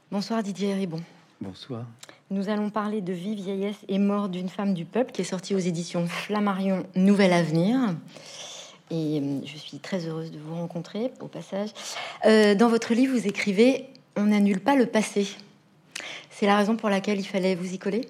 Bonsoir Didier Ribon. Bonsoir. Nous allons parler de Vie, vieillesse et mort d'une femme du peuple qui est sortie aux éditions Flammarion Nouvel Avenir. Et je suis très heureuse de vous rencontrer au passage. Dans votre livre, vous écrivez « On n'annule pas le passé ». C'est la raison pour laquelle il fallait vous y coller?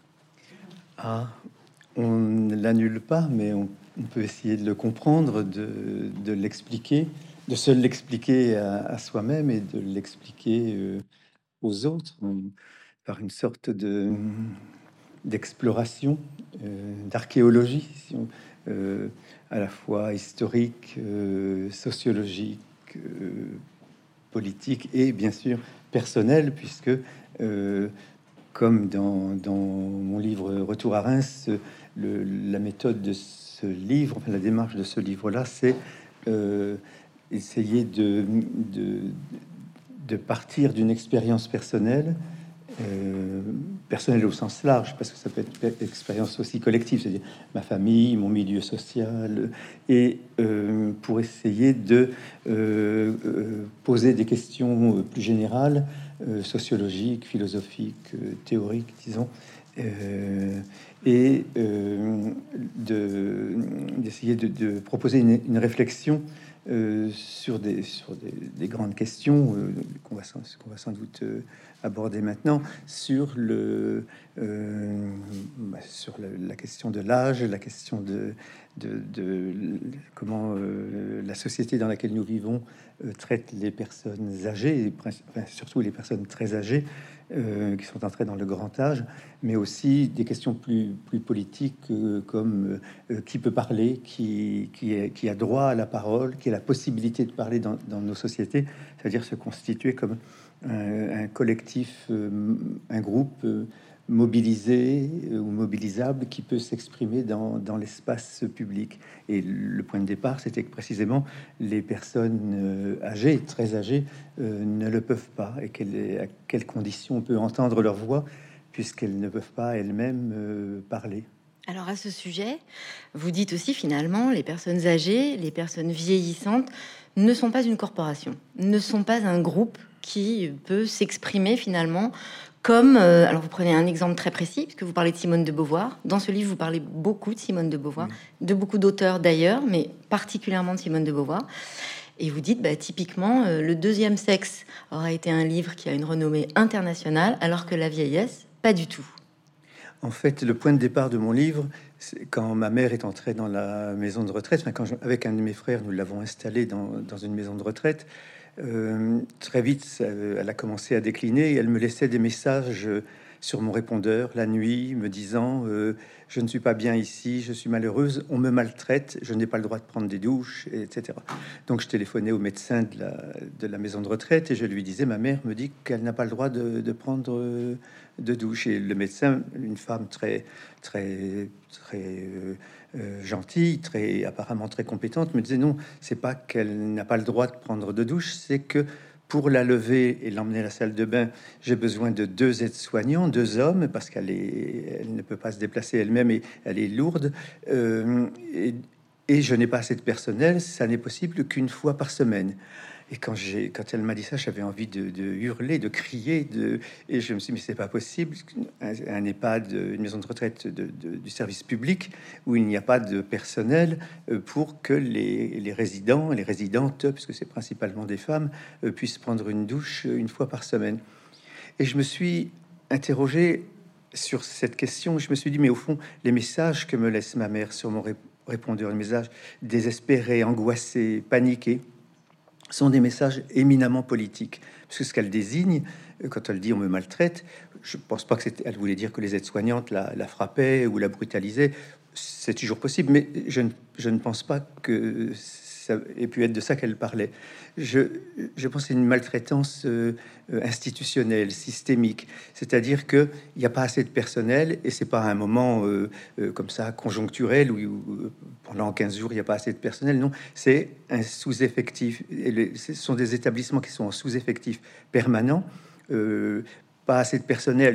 On ne l'annule pas, mais on peut essayer de le comprendre, de l'expliquer, de se l'expliquer à soi-même et de l'expliquer aux autres par une sorte d'exploration, d'archéologie, à la fois historique, sociologique, politique et bien sûr personnelle, puisque comme dans mon livre Retour à Reims, la méthode de ce livre, enfin, la démarche de ce livre-là, c'est essayer de partir d'une expérience personnelle, personnelle au sens large, parce que ça peut être une expérience aussi collective, c'est-à-dire ma famille, mon milieu social, et pour essayer de poser des questions plus générales, sociologiques, philosophiques, théoriques, disons, et d'essayer de proposer une réflexion sur des grandes questions qu'on va sans doute aborder maintenant, sur sur la question de l'âge, la question de comment la société dans laquelle nous vivons traite les personnes âgées, et enfin, surtout les personnes très âgées qui sont entrées dans le grand âge, mais aussi des questions plus politiques comme qui peut parler, qui a droit à la parole, qui a la possibilité de parler dans nos sociétés, c'est-à-dire se constituer comme un collectif, un groupe mobilisé ou mobilisable qui peut s'exprimer dans l'espace public. Et le point de départ, c'était que précisément les personnes âgées, très âgées, ne le peuvent pas, et à quelles conditions on peut entendre leur voix, puisqu'elles ne peuvent pas elles-mêmes parler. Alors à ce sujet, vous dites aussi finalement, les personnes âgées, les personnes vieillissantes ne sont pas une corporation, ne sont pas un groupe qui peut s'exprimer finalement comme... alors vous prenez un exemple très précis, puisque vous parlez de Simone de Beauvoir. Dans ce livre, vous parlez beaucoup de Simone de Beauvoir, de beaucoup d'auteurs d'ailleurs, mais particulièrement de Simone de Beauvoir. Et vous dites, bah, typiquement, Le deuxième sexe aura été un livre qui a une renommée internationale, alors que La vieillesse, pas du tout. En fait, le point de départ de mon livre, c'est quand ma mère est entrée dans la maison de retraite, enfin, avec un de mes frères, nous l'avons installée dans une maison de retraite. Très vite, elle a commencé à décliner et elle me laissait des messages sur mon répondeur la nuit, me disant je ne suis pas bien ici, je suis malheureuse, on me maltraite, je n'ai pas le droit de prendre des douches, etc. Donc je téléphonais au médecin de la maison de retraite et je lui disais, ma mère me dit qu'elle n'a pas le droit de prendre de douche. Et le médecin, une femme très gentille, très apparemment très compétente, me disait non, c'est pas qu'elle n'a pas le droit de prendre de douche, c'est que pour la lever et l'emmener à la salle de bain, j'ai besoin de deux aides-soignants, deux hommes, parce elle ne peut pas se déplacer elle-même et elle est lourde. Et je n'ai pas assez de personnel, ça n'est possible qu'une fois par semaine. Et quand elle m'a dit ça, j'avais envie de hurler, de crier, et je me suis dit, mais c'est pas possible. Un EHPAD, une maison de retraite du service public, où il n'y a pas de personnel pour que les résidents et les résidentes, puisque c'est principalement des femmes, puissent prendre une douche une fois par semaine. Et je me suis interrogé sur cette question. Je me suis dit, mais au fond, les messages que me laisse ma mère sur mon répondeur, les messages désespérés, angoissés, paniqués, sont des messages éminemment politiques. Parce que ce qu'elle désigne, quand elle dit on me maltraite, je pense pas que elle voulait dire que les aides-soignantes la frappaient ou la brutalisaient. C'est toujours possible, mais je ne pense pas que ça ait pu être de ça qu'elle parlait. Je, je pense que c'est une maltraitance institutionnelle, systémique. C'est-à-dire qu'il n'y a pas assez de personnel et c'est pas un moment comme ça conjoncturel où pendant 15 jours il n'y a pas assez de personnel. Non, c'est un sous-effectif. Ce sont des établissements qui sont en sous-effectif permanent. pas assez de personnel,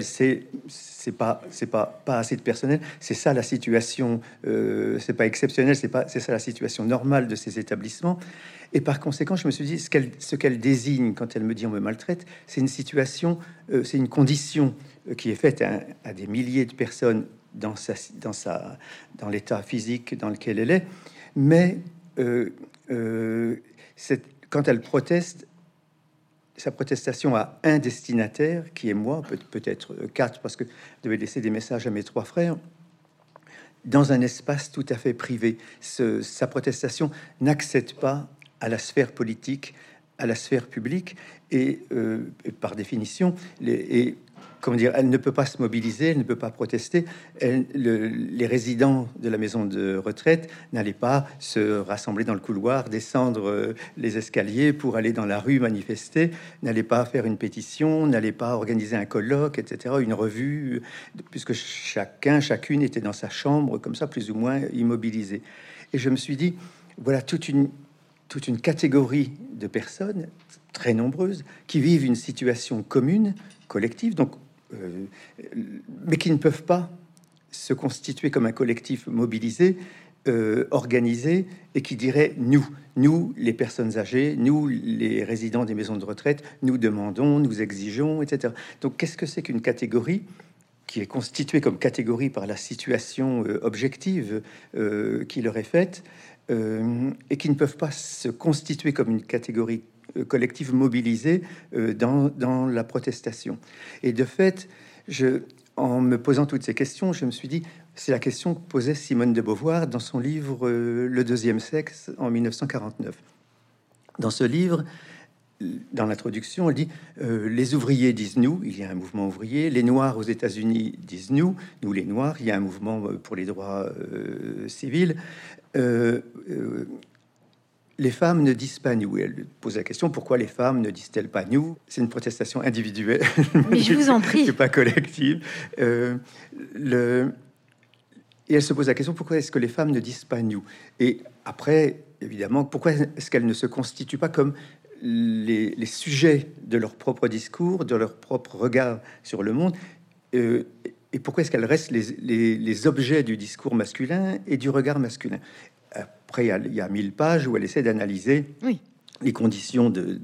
pas assez de personnel, c'est ça la situation, c'est pas exceptionnel, c'est ça la situation normale de ces établissements. Et par conséquent, je me suis dit, ce qu'elle désigne quand elle me dit on me maltraite, c'est une situation, c'est une condition qui est faite à des milliers de personnes dans l'état physique dans lequel elle est, mais quand elle proteste, sa protestation a un destinataire qui est moi, peut-être quatre, parce que je devais laisser des messages à mes trois frères, dans un espace tout à fait privé. Sa protestation n'accède pas à la sphère politique, à la sphère publique, et par définition, comment dire, elle ne peut pas se mobiliser, elle ne peut pas protester. Les résidents de la maison de retraite n'allaient pas se rassembler dans le couloir, descendre les escaliers pour aller dans la rue manifester, n'allaient pas faire une pétition, n'allaient pas organiser un colloque, etc., une revue, puisque chacune était dans sa chambre, comme ça, plus ou moins immobilisée. Et je me suis dit, voilà toute une catégorie de personnes très nombreuses qui vivent une situation commune, collective, donc mais qui ne peuvent pas se constituer comme un collectif mobilisé, organisé, et qui dirait nous, les personnes âgées, nous, les résidents des maisons de retraite, nous demandons, nous exigeons, etc. Donc, qu'est-ce que c'est qu'une catégorie qui est constituée comme catégorie par la situation objective qui leur est faite, et qui ne peuvent pas se constituer comme une catégorie collective mobilisée dans la protestation. Et de fait, en me posant toutes ces questions, je me suis dit, c'est la question que posait Simone de Beauvoir dans son livre Le deuxième sexe en 1949. Dans ce livre, dans l'introduction, elle dit les ouvriers disent nous, il y a un mouvement ouvrier, les noirs aux États-Unis disent nous les noirs, il y a un mouvement pour les droits civils. Les femmes ne disent pas nous. Et elle pose la question, pourquoi les femmes ne disent-elles pas nous? C'est une protestation individuelle. Mais je vous en prie. C'est pas collective. Et elle se pose la question, pourquoi est-ce que les femmes ne disent pas nous? Et après, évidemment, pourquoi est-ce qu'elles ne se constituent pas comme les sujets de leur propre discours, de leur propre regard sur le monde? Et pourquoi est-ce qu'elles restent les objets du discours masculin et du regard masculin? Après, il y a 1000 pages où elle essaie d'analyser les conditions de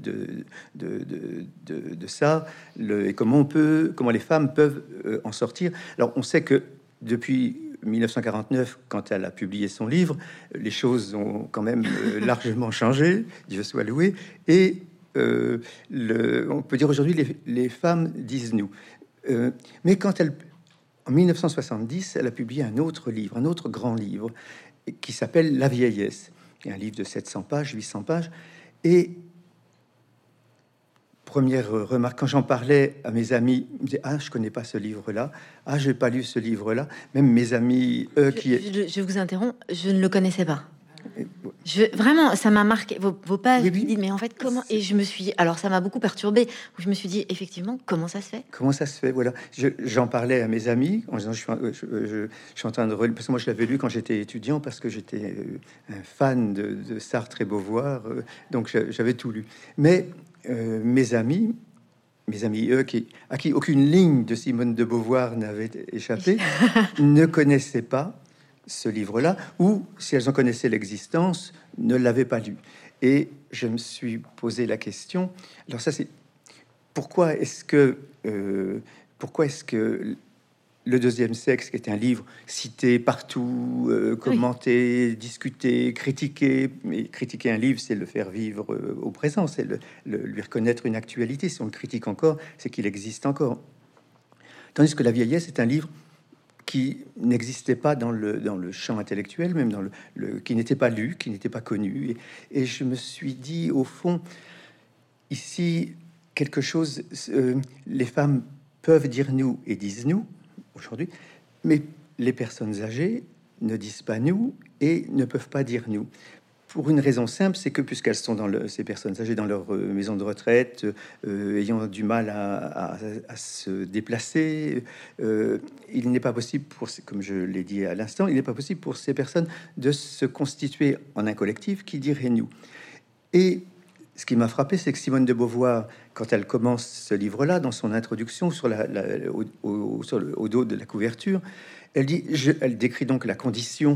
ça, et comment les femmes peuvent en sortir. Alors, on sait que depuis 1949, quand elle a publié son livre, les choses ont quand même largement changé, Dieu soit loué. Et on peut dire aujourd'hui, les femmes disent nous. Mais en 1970, elle a publié un autre livre, un autre grand livre, qui s'appelle La vieillesse, qui est un livre de 700 pages, 800 pages. Et première remarque, quand j'en parlais à mes amis, ils me disaient, ah, je connais pas ce livre-là, ah, j'ai pas lu ce livre-là. Même mes amis, je vous interromps, je ne le connaissais pas. Vraiment, ça m'a marqué. Vos pages, oui. Mais en fait, comment? Et je me suis, alors ça m'a beaucoup perturbé. Je me suis dit, effectivement, comment ça se fait? Comment ça se fait? Voilà, j'en parlais à mes amis en disant, je suis en train de relire, parce que moi je l'avais lu quand j'étais étudiant, parce que j'étais un fan de Sartre et Beauvoir, donc j'avais tout lu. Mais mes amis, eux, à qui aucune ligne de Simone de Beauvoir n'avait échappé, ne connaissaient pas ce livre-là, ou si elles en connaissaient l'existence, ne l'avaient pas lu. Et je me suis posé la question. Alors ça, c'est pourquoi est-ce que Le deuxième sexe, qui est un livre cité partout, commenté, discuté, critiqué, mais critiquer un livre, c'est le faire vivre au présent, c'est lui reconnaître une actualité. Si on le critique encore, c'est qu'il existe encore. Tandis que La vieillesse est un livre qui n'existait pas dans le champ intellectuel, même qui n'était pas lu, qui n'était pas connu. Et je me suis dit, au fond, ici, quelque chose, les femmes peuvent dire nous et disent nous aujourd'hui, mais les personnes âgées ne disent pas nous et ne peuvent pas dire nous. Pour une raison simple, c'est que puisqu'elles sont ces personnes âgées dans leur maison de retraite, ayant du mal à se déplacer, il n'est pas possible comme je l'ai dit à l'instant, il n'est pas possible pour ces personnes de se constituer en un collectif qui dirait nous. Et ce qui m'a frappé, c'est que Simone de Beauvoir, quand elle commence ce livre-là, dans son introduction, au dos de la couverture, elle dit, elle décrit donc la condition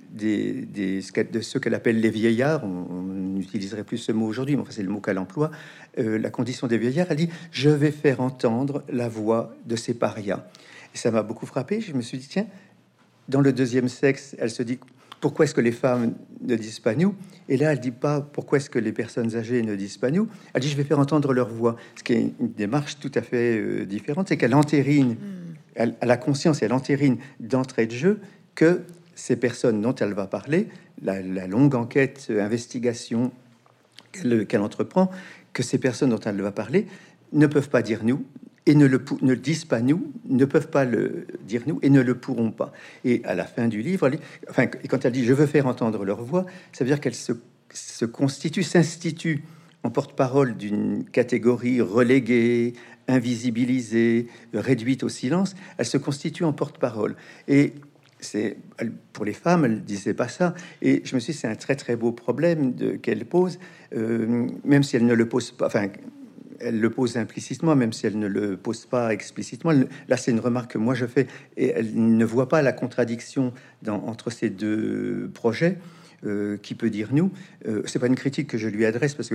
de ceux qu'elle appelle les vieillards. On n'utiliserait plus ce mot aujourd'hui, mais enfin, c'est le mot qu'elle emploie. La condition des vieillards, elle dit, je vais faire entendre la voix de ces parias. Et ça m'a beaucoup frappé. Je me suis dit, tiens, dans le deuxième sexe, elle se dit, pourquoi est-ce que les femmes ne disent pas nous? Et là, elle dit pas pourquoi est-ce que les personnes âgées ne disent pas nous. Elle dit, je vais faire entendre leur voix. Ce qui est une démarche tout à fait différente, c'est qu'elle entérine, elle a conscience, elle entérine d'entrée de jeu que ces personnes dont elle va parler, la longue enquête, investigation qu'elle entreprend, que ces personnes dont elle va parler ne peuvent pas dire nous, et ne le disent pas nous, ne peuvent pas le dire nous, et ne le pourront pas. Et à la fin du livre, et quand elle dit je veux faire entendre leur voix, ça veut dire qu'elle se constitue, s'institue en porte-parole d'une catégorie reléguée, invisibilisée, réduite au silence. Elle se constitue en porte-parole. Et pour les femmes, elle disait pas ça. Et je me suis dit, c'est un très très beau problème qu'elle pose, même si elle ne le pose pas. Enfin, elle le pose implicitement, même si elle ne le pose pas explicitement. Là, c'est une remarque que moi je fais, et elle ne voit pas la contradiction entre ces deux projets. Qui peut dire nous, c'est pas une critique que je lui adresse, parce que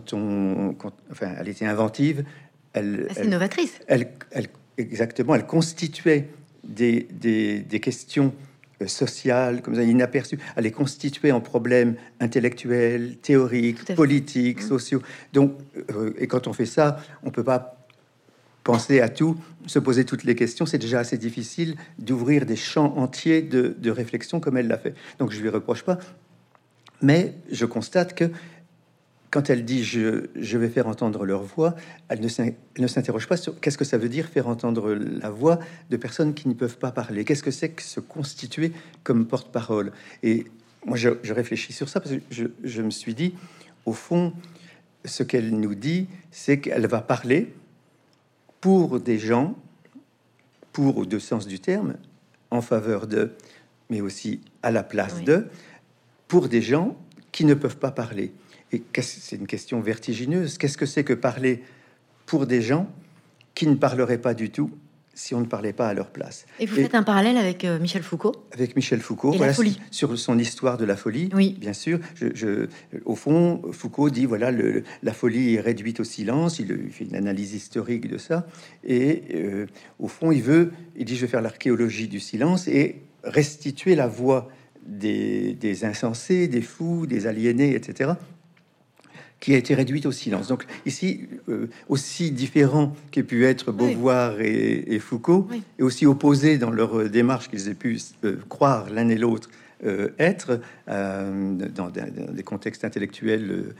enfin, elle était inventive, assez novatrice. Exactement, elle constituait des questions sociales, comme ça, inaperçues, elle les constituait en problèmes intellectuels, théoriques, politiques, sociaux. Donc, et quand on fait ça, on peut pas penser à tout, se poser toutes les questions. C'est déjà assez difficile d'ouvrir des champs entiers de réflexion comme elle l'a fait. Donc, je lui reproche pas, mais je constate que quand elle dit je vais faire entendre leur voix, elle ne s'interroge pas sur qu'est-ce que ça veut dire faire entendre la voix de personnes qui ne peuvent pas parler. Qu'est-ce que c'est que se constituer comme porte-parole? Et moi, je réfléchis sur ça parce que je me suis dit, au fond, ce qu'elle nous dit, c'est qu'elle va parler pour des gens, pour aux deux sens du terme, en faveur de, mais aussi à la place de, pour des gens qui ne peuvent pas parler. Et c'est une question vertigineuse. Qu'est-ce que c'est que parler pour des gens qui ne parleraient pas du tout si on ne parlait pas à leur place? Et vous faites un parallèle avec Michel Foucault? Avec Michel Foucault, voilà, la folie. Sur son histoire de la folie. Oui, bien sûr. Au fond, Foucault dit voilà, la folie est réduite au silence. Il fait une analyse historique de ça. Et au fond, il dit je vais faire l'archéologie du silence et restituer la voix des insensés, des fous, des aliénés, etc., qui a été réduite au silence. Donc ici, aussi différent qu'aient pu être Beauvoir et Foucault, et aussi opposés dans leur démarche qu'ils aient pu croire l'un et l'autre être, dans des contextes intellectuels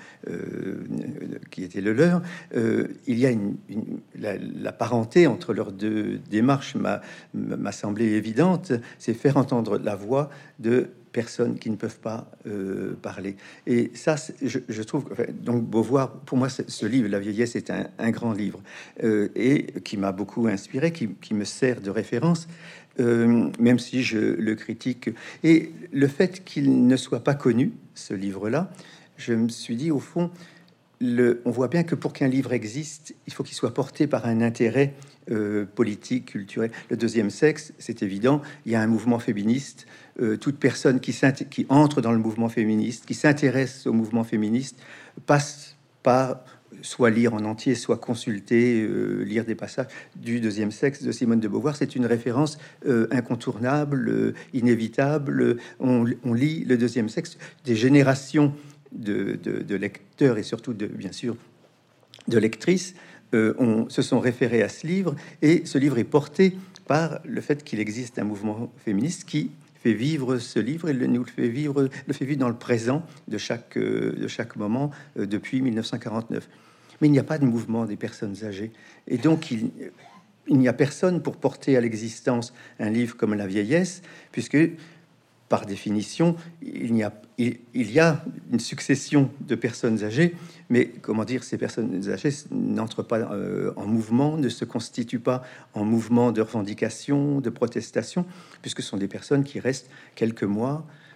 qui étaient le leur, il y a la parenté entre leurs deux démarches m'a semblé évidente, c'est faire entendre la voix de personnes qui ne peuvent pas parler. Et ça, je trouve... donc Beauvoir, pour moi, ce livre, La vieillesse, est un grand livre, et qui m'a beaucoup inspiré, qui me sert de référence, même si je le critique. Et le fait qu'il ne soit pas connu, ce livre-là, je me suis dit, au fond, on voit bien que pour qu'un livre existe, il faut qu'il soit porté par un intérêt politique, culturel. Le deuxième sexe, c'est évident, il y a un mouvement féministe. Toute personne qui entre dans le mouvement féministe, qui s'intéresse au mouvement féministe, passe par soit lire en entier, soit consulter, lire des passages du deuxième sexe de Simone de Beauvoir. C'est une référence incontournable, inévitable. On lit le deuxième sexe. Des générations de lecteurs et surtout, bien sûr, de lectrices se sont référés à ce livre. Et ce livre est porté par le fait qu'il existe un mouvement féministe qui fait vivre ce livre et nous le fait vivre dans le présent de chaque moment depuis 1949. Mais il n'y a pas de mouvement des personnes âgées, et donc il n'y a personne pour porter à l'existence un livre comme La vieillesse, puisque par définition il y a une succession de personnes âgées, mais comment dire, ces personnes âgées n'entrent pas en mouvement, ne se constituent pas en mouvement de revendication, de protestation, puisque ce sont des personnes qui restent quelques mois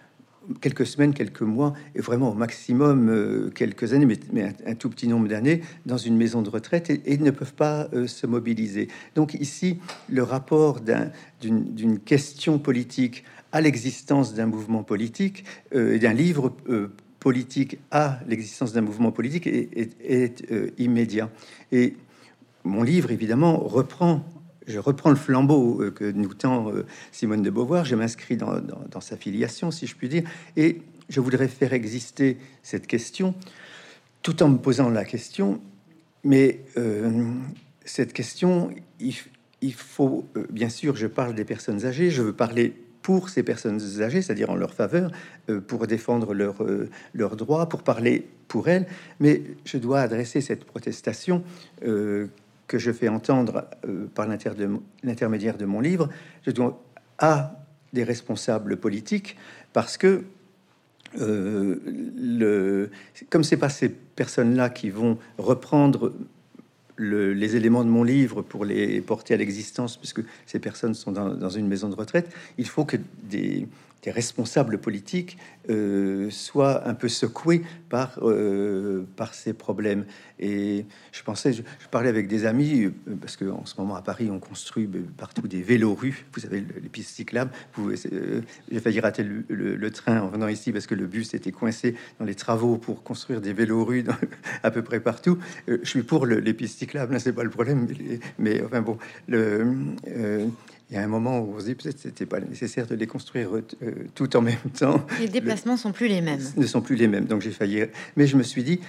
quelques semaines, quelques mois, et vraiment au maximum quelques années, mais un tout petit nombre d'années dans une maison de retraite et ne peuvent pas se mobiliser. Donc ici, le rapport d'une question politique à l'existence d'un mouvement politique et d'un livre politique à l'existence d'un mouvement politique est immédiat. Et mon livre, évidemment, je reprends le flambeau que nous tend Simone de Beauvoir. Je m'inscris dans sa filiation, si je puis dire, et je voudrais faire exister cette question tout en me posant la question. Mais cette question, il faut, bien sûr, je parle des personnes âgées, je veux parler pour ces personnes âgées, c'est-à-dire en leur faveur, pour défendre leurs droits, pour parler pour elles, mais je dois adresser cette protestation que je fais entendre par l'intermédiaire de mon livre, je dois à des responsables politiques, parce que comme c'est pas ces personnes-là qui vont reprendre les éléments de mon livre pour les porter à l'existence, puisque ces personnes sont dans une maison de retraite, il faut que des responsables politiques soient un peu secoués par ces problèmes. Et je parlais avec des amis, parce qu'en ce moment à Paris, on construit partout des vélos-rues. Vous savez, les pistes cyclables. J'ai failli rater le train en venant ici parce que le bus était coincé dans les travaux pour construire des vélos-rues à peu près partout. Je suis pour les pistes cyclables, hein, c'est pas le problème. Mais enfin bon, il y a un moment où on se dit peut-être c'était pas nécessaire de les construire tout en même temps. Les déplacements sont plus les mêmes. Ne sont plus les mêmes. Donc j'ai failli. Mais je me suis dit,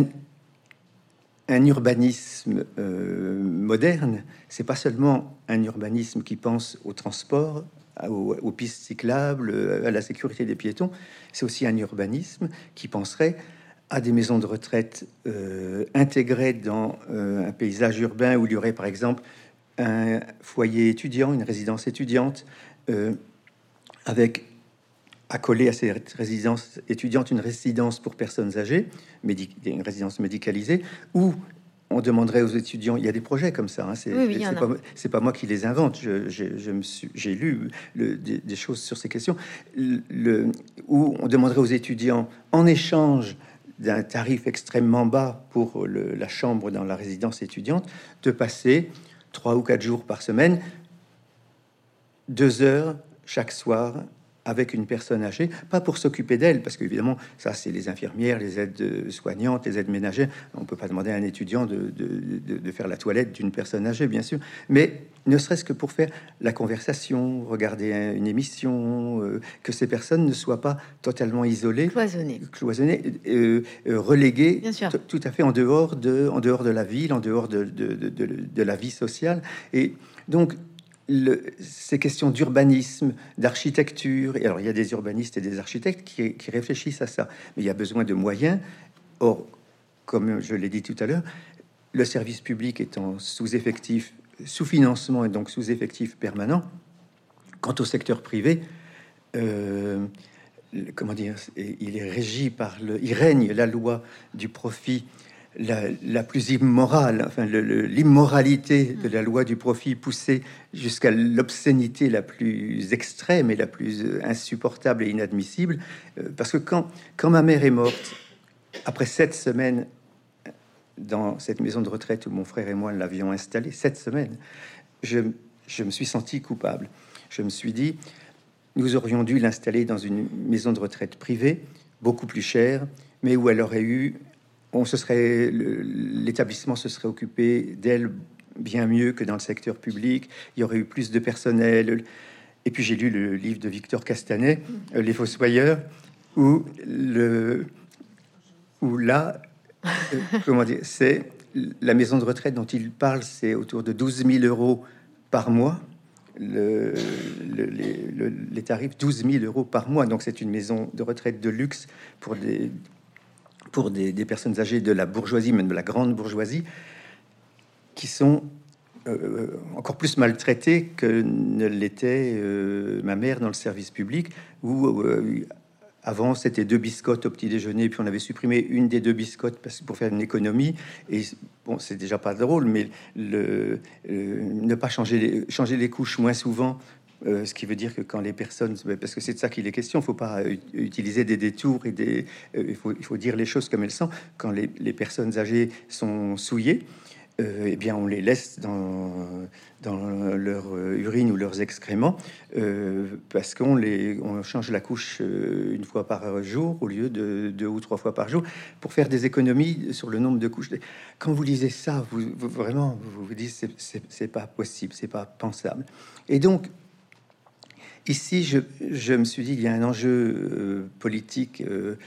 un urbanisme moderne, c'est pas seulement un urbanisme qui pense au transport, aux pistes cyclables, à la sécurité des piétons. C'est aussi un urbanisme qui penserait à des maisons de retraite intégrées dans un paysage urbain où il y aurait par exemple un foyer étudiant, une résidence étudiante, avec accolé à ces résidences étudiantes une résidence pour personnes âgées, une résidence médicalisée, où on demanderait aux étudiants, il y a des projets comme ça, hein, c'est pas moi qui les invente, j'ai lu des choses sur ces questions, où on demanderait aux étudiants, en échange d'un tarif extrêmement bas pour la chambre dans la résidence étudiante, de passer 3 ou 4 jours par semaine, 2 heures chaque soir avec une personne âgée, pas pour s'occuper d'elle, parce qu'évidemment, ça c'est les infirmières, les aides soignantes, les aides ménagères. On peut pas demander à un étudiant de faire la toilette d'une personne âgée, bien sûr, mais ne serait-ce que pour faire la conversation, regarder une émission, que ces personnes ne soient pas totalement isolées, cloisonnées, reléguées, tout à fait en dehors de la ville, en dehors de la vie sociale. Et donc, ces questions d'urbanisme, d'architecture, et alors il y a des urbanistes et des architectes qui réfléchissent à ça, mais il y a besoin de moyens. Or, comme je l'ai dit tout à l'heure, le service public étant sous-effectif, sous-financement et donc sous-effectif permanent, quant au secteur privé, comment dire, il est régi il règne la loi du profit la plus immorale, enfin l'immoralité de la loi du profit poussée jusqu'à l'obscénité la plus extrême et la plus insupportable et inadmissible. Parce que quand ma mère est morte, après 7 semaines dans cette maison de retraite où mon frère et moi l'avions installée, 7 semaines, je me suis senti coupable. Je me suis dit, nous aurions dû l'installer dans une maison de retraite privée, beaucoup plus chère, mais où elle aurait eu l'établissement se serait occupé d'elle bien mieux que dans le secteur public. Il y aurait eu plus de personnel. Et puis j'ai lu le livre de Victor Castanet, Les Fossoyeurs, où là, comment dire, c'est la maison de retraite dont il parle, c'est autour de 12 000 euros par mois. Les tarifs, 12 000 euros par mois. Donc c'est une maison de retraite de luxe pour des personnes âgées de la bourgeoisie, même de la grande bourgeoisie, qui sont encore plus maltraitées que ne l'était ma mère dans le service public, où avant c'était 2 biscottes au petit déjeuner, puis on avait supprimé une des 2 biscottes pour faire une économie. Et bon, c'est déjà pas drôle, mais ne pas changer les couches moins souvent Ce qui veut dire que quand les personnes, parce que c'est de ça qu'il est question, il faut pas utiliser des détours et il faut dire les choses comme elles sont. Quand les personnes âgées sont souillées, eh bien, on les laisse dans leur urine ou leurs excréments parce on change la couche une fois par jour au lieu de 2 ou 3 fois par jour pour faire des économies sur le nombre de couches. Quand vous lisez ça, vous vous dites c'est pas possible, c'est pas pensable. Et donc ici, je me suis dit il y a un enjeu politique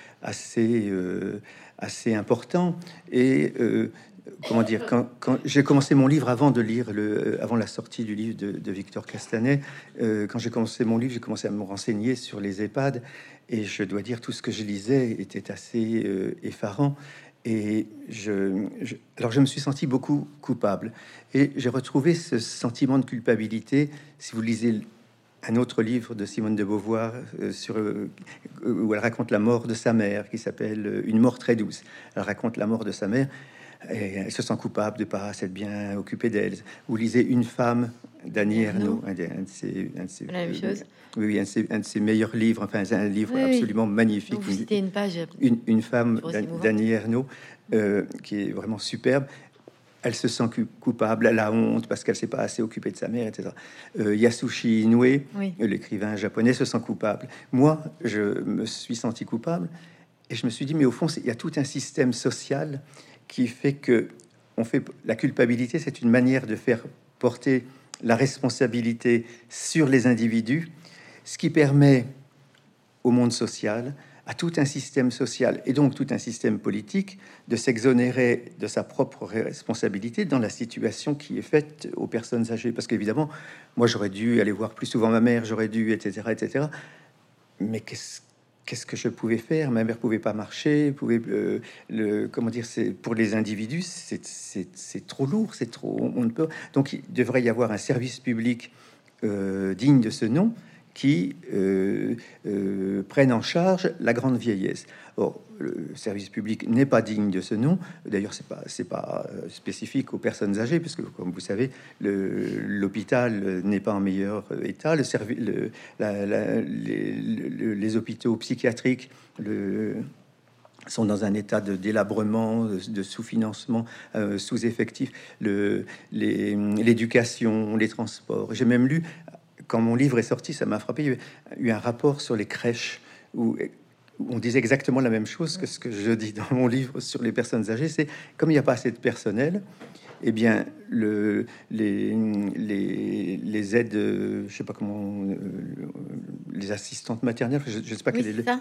assez important et comment dire, quand j'ai commencé mon livre avant de lire avant la sortie du livre de Victor Castanet, quand j'ai commencé mon livre, j'ai commencé à me renseigner sur les EHPAD et je dois dire tout ce que je lisais était assez effarant. Et alors je me suis senti beaucoup coupable et j'ai retrouvé ce sentiment de culpabilité. Si vous lisez un autre livre de Simone de Beauvoir où elle raconte la mort de sa mère, qui s'appelle Une mort très douce. Elle raconte la mort de sa mère et elle se sent coupable de pas s'être bien occupée d'elle. Vous lisez Une femme d'Annie Ernaux, un de ses, La même chose. oui, un de ses meilleurs livres. Enfin, c'est un livre Oui, absolument magnifique. Donc, vous citez une page. Une femme d'Annie Ernaux Mm. qui est vraiment superbe. Elle se sent coupable, elle a honte parce qu'elle s'est pas assez occupée de sa mère, etc. Yasushi Inoue, Oui. l'écrivain japonais, se sent coupable. Moi, je me suis senti coupable et je me suis dit, mais au fond, il y a tout un système social qui fait que la culpabilité, c'est une manière de faire porter la responsabilité sur les individus, ce qui permet au monde social, à tout un système social et donc tout un système politique de s'exonérer de sa propre responsabilité dans la situation qui est faite aux personnes âgées. Parce qu'évidemment, moi j'aurais dû aller voir plus souvent ma mère, j'aurais dû, etc., etc. Mais qu'est-ce que je pouvais faire? Ma mère pouvait pas marcher, comment dire, c'est pour les individus, c'est trop lourd, c'est trop, on ne peut. Donc il devrait y avoir un service public digne de ce nom qui prennent en charge la grande vieillesse. Or, le service public n'est pas digne de ce nom. D'ailleurs, c'est pas spécifique aux personnes âgées, parce que, comme vous savez, l'hôpital n'est pas en meilleur état. Les hôpitaux psychiatriques sont dans un état de délabrement, de sous-financement, sous-effectif. L'éducation, les transports. J'ai même lu, quand mon livre est sorti, ça m'a frappé. Il y a eu un rapport sur les crèches où on disait exactement la même chose que ce que je dis dans mon livre sur les personnes âgées. C'est comme il n'y a pas assez de personnel, eh bien, les aides, je sais pas comment, les assistantes maternelles, je sais pas Oui, quel c'est ça.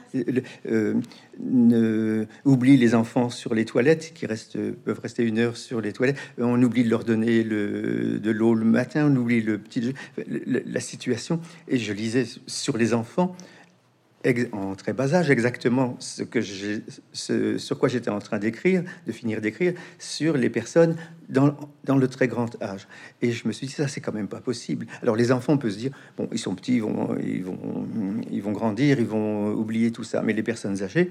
oublie les enfants sur les toilettes, peuvent rester 1 heure sur les toilettes. On oublie de leur donner de l'eau le matin, on oublie la situation. Et je lisais sur les enfants en très bas âge, exactement sur quoi j'étais en train de finir d'écrire, sur les personnes dans le très grand âge. Et je me suis dit, ça, c'est quand même pas possible. Alors, les enfants, on peut se dire, bon, ils sont petits, ils vont grandir, ils vont oublier tout ça. Mais les personnes âgées,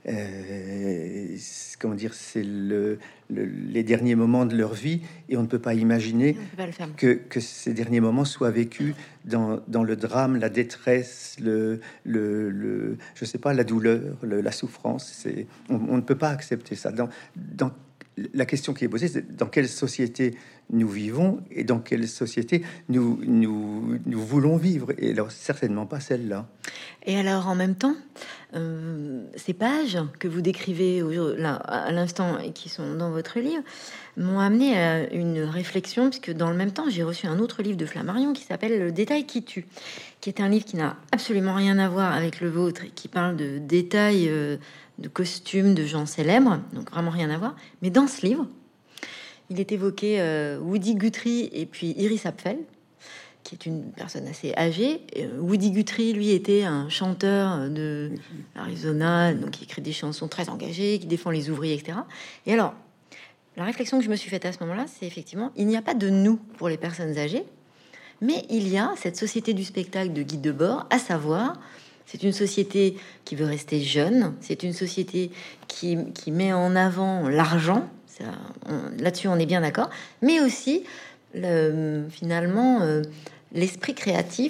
comment dire, c'est les derniers moments de leur vie, et on ne peut pas imaginer que ces derniers moments soient vécus dans le drame, la détresse, je sais pas, la douleur, la souffrance. On ne peut pas accepter ça. La question qui est posée, c'est dans quelle société nous vivons et dans quelle société nous voulons vivre. Et alors, certainement pas celle-là. Et alors, en même temps, ces pages que vous décrivez là, à l'instant et qui sont dans votre livre m'ont amené à une réflexion, puisque dans le même temps, j'ai reçu un autre livre de Flammarion qui s'appelle Le détail qui tue, qui est un livre qui n'a absolument rien à voir avec le vôtre et qui parle de détails de costumes de gens célèbres, donc vraiment rien à voir. Mais dans ce livre, il est évoqué Woody Guthrie et puis Iris Apfel, qui est une personne assez âgée. Woody Guthrie, lui, était un chanteur de Arizona, donc il écrit des chansons très engagées, qui défend les ouvriers, etc. Et alors, la réflexion que je me suis faite à ce moment-là, c'est effectivement, il n'y a pas de nous pour les personnes âgées, mais il y a cette société du spectacle de Guy Debord, à savoir, c'est une société qui veut rester jeune, c'est une société qui met en avant l'argent, là-dessus on est bien d'accord, mais aussi finalement l'esprit créatif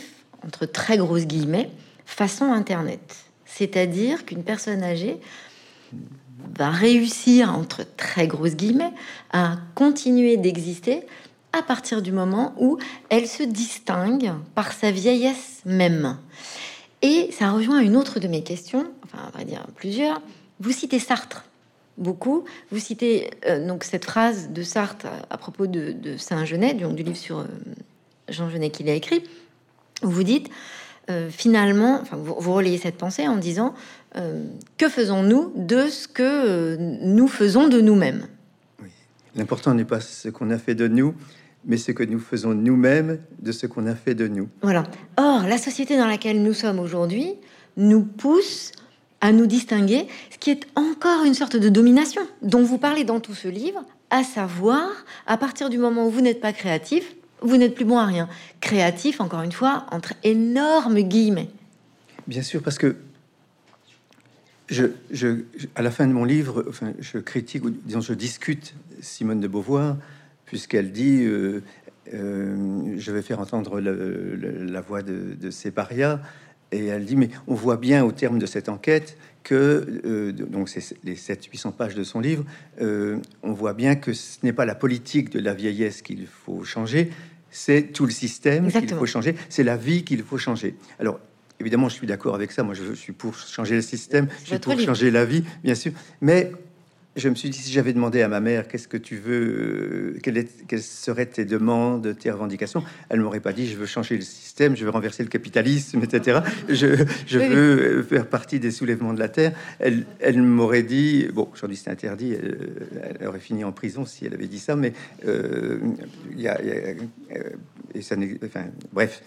entre très grosses guillemets, façon Internet. C'est-à-dire qu'une personne âgée va réussir, entre très grosses guillemets, à continuer d'exister à partir du moment où elle se distingue par sa vieillesse même. Et ça rejoint une autre de mes questions, enfin, on va dire plusieurs. Vous citez Sartre beaucoup. Vous citez donc cette phrase de Sartre à propos de Saint-Genet, du livre sur Jean Genet qu'il a écrit, où vous dites finalement, enfin, vous relayez cette pensée en disant que faisons-nous de ce que nous faisons de nous-mêmes? Oui. L'important n'est pas ce qu'on a fait de nous, mais ce que nous faisons nous-mêmes de ce qu'on a fait de nous. Voilà. Or, la société dans laquelle nous sommes aujourd'hui nous pousse à nous distinguer, ce qui est encore une sorte de domination dont vous parlez dans tout ce livre, à savoir, à partir du moment où vous n'êtes pas créatif, vous n'êtes plus bon à rien. Créatif, encore une fois, entre énormes guillemets. Bien sûr, parce que à la fin de mon livre, enfin, je critique, ou disons, je discute Simone de Beauvoir, puisqu'elle dit je vais faire entendre la voix de ces parias, et elle dit, mais on voit bien au terme de cette enquête que, donc c'est les 700-800 pages de son livre, on voit bien que ce n'est pas la politique de la vieillesse qu'il faut changer, c'est tout le système qu'il faut changer, c'est la vie qu'il faut changer. Alors, évidemment, je suis d'accord avec ça. Moi, je suis pour changer le système, je suis pour changer la vie, bien sûr. Mais je me suis dit, si j'avais demandé à ma mère, qu'est-ce que tu veux, quelles seraient tes demandes, tes revendications, elle m'aurait pas dit, je veux changer le système, je veux renverser le capitalisme, etc. Je veux faire partie des soulèvements de la terre. Elle m'aurait dit, bon, aujourd'hui c'est interdit, elle aurait fini en prison si elle avait dit ça, mais et ça n'est, enfin, bref,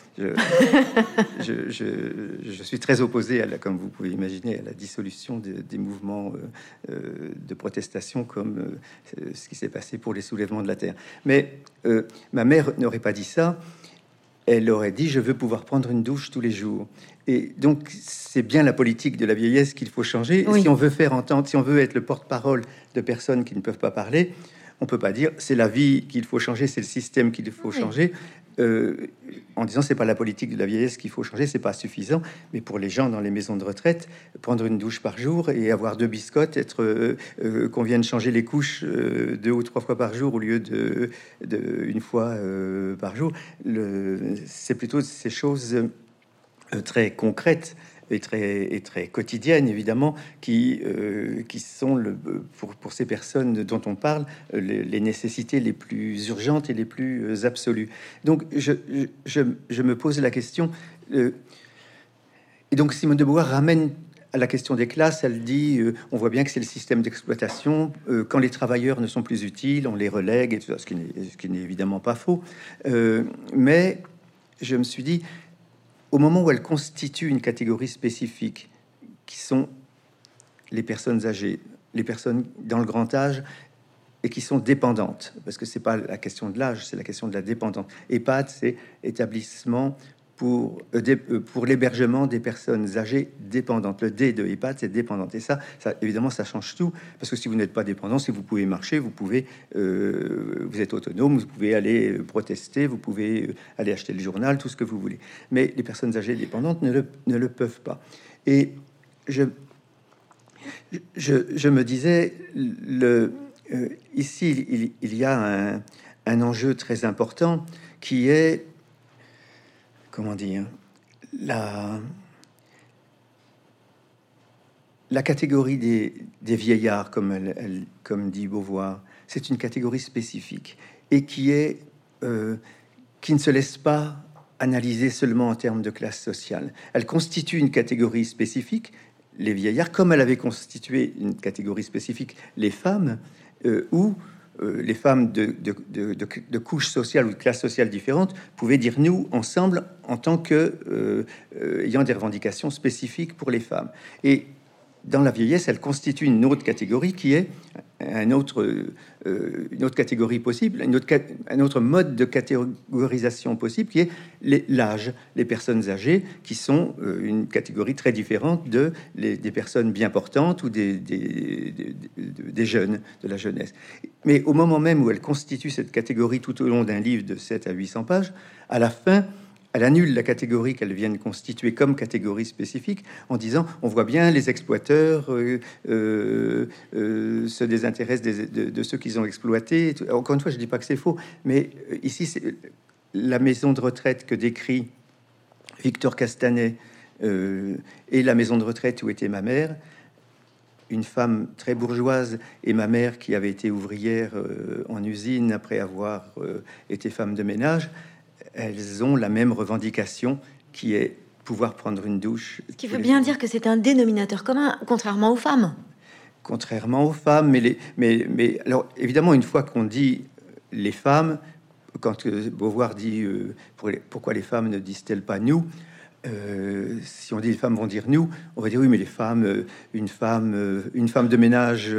je suis très opposé comme vous pouvez imaginer, à la dissolution des mouvements de protestation comme ce qui s'est passé pour les soulèvements de la terre. Mais ma mère n'aurait pas dit ça. Elle aurait dit, je veux pouvoir prendre une douche tous les jours. Et donc, c'est bien la politique de la vieillesse qu'il faut changer. Oui. Si on veut faire entendre, si on veut être le porte-parole de personnes qui ne peuvent pas parler, on peut pas dire c'est la vie qu'il faut changer, c'est le système qu'il faut changer. En disant c'est pas la politique de la vieillesse qu'il faut changer, c'est pas suffisant. Mais pour les gens dans les maisons de retraite, prendre une douche par jour et avoir 2 biscottes, être qu'on vienne changer les couches 2 ou 3 fois par jour au lieu de une fois par jour, c'est plutôt ces choses très concrètes et très quotidiennes, évidemment, qui sont pour ces personnes dont on parle les nécessités les plus urgentes et les plus absolues. Donc je me pose la question, et donc Simone de Beauvoir ramène à la question des classes. Elle dit on voit bien que c'est le système d'exploitation, quand les travailleurs ne sont plus utiles, on les relègue, et tout ça, ce qui n'est évidemment pas faux, mais je me suis dit, au moment où elle constitue une catégorie spécifique, qui sont les personnes âgées, les personnes dans le grand âge et qui sont dépendantes, parce que c'est pas la question de l'âge, c'est la question de la dépendance. EHPAD, c'est établissement pour l'hébergement des personnes âgées dépendantes. Le D de EHPAD, c'est dépendante. Et ça, évidemment, ça change tout, parce que si vous n'êtes pas dépendant, si vous pouvez marcher, vous pouvez, vous êtes autonome, vous pouvez aller protester, vous pouvez aller acheter le journal, tout ce que vous voulez. Mais les personnes âgées dépendantes ne le peuvent pas. Et je me disais, ici, il y a un enjeu très important qui est, comment dire, la catégorie des vieillards, comme dit Beauvoir, c'est une catégorie spécifique et qui ne se laisse pas analyser seulement en termes de classe sociale. Elle constitue une catégorie spécifique, les vieillards, comme elle avait constitué une catégorie spécifique, les femmes, ou les femmes de couches sociales ou de classes sociales différentes pouvaient dire nous ensemble en tant que ayant des revendications spécifiques pour les femmes. Et dans la vieillesse, elle constitue une autre catégorie qui est une autre catégorie possible, un autre mode de catégorisation possible qui est l'âge, les personnes âgées, qui sont une catégorie très différente des personnes bien portantes ou des jeunes, de la jeunesse. Mais au moment même où elle constitue cette catégorie tout au long d'un livre de 700 à 800 pages, à la fin, elle annule la catégorie qu'elle vient de constituer comme catégorie spécifique en disant on voit bien les exploiteurs se désintéressent de ceux qu'ils ont exploités. Encore une fois, je dis pas que c'est faux, mais ici, c'est la maison de retraite que décrit Victor Castanet et la maison de retraite où était ma mère, une femme très bourgeoise, et ma mère qui avait été ouvrière en usine après avoir été femme de ménage. Elles ont la même revendication qui est pouvoir prendre une douche. Ce qui veut bien dire que c'est un dénominateur commun, contrairement aux femmes. Contrairement aux femmes, mais alors évidemment, une fois qu'on dit les femmes, quand Beauvoir dit pourquoi les femmes ne disent-elles pas nous, si on dit les femmes vont dire nous, on va dire oui, mais les femmes, une femme de ménage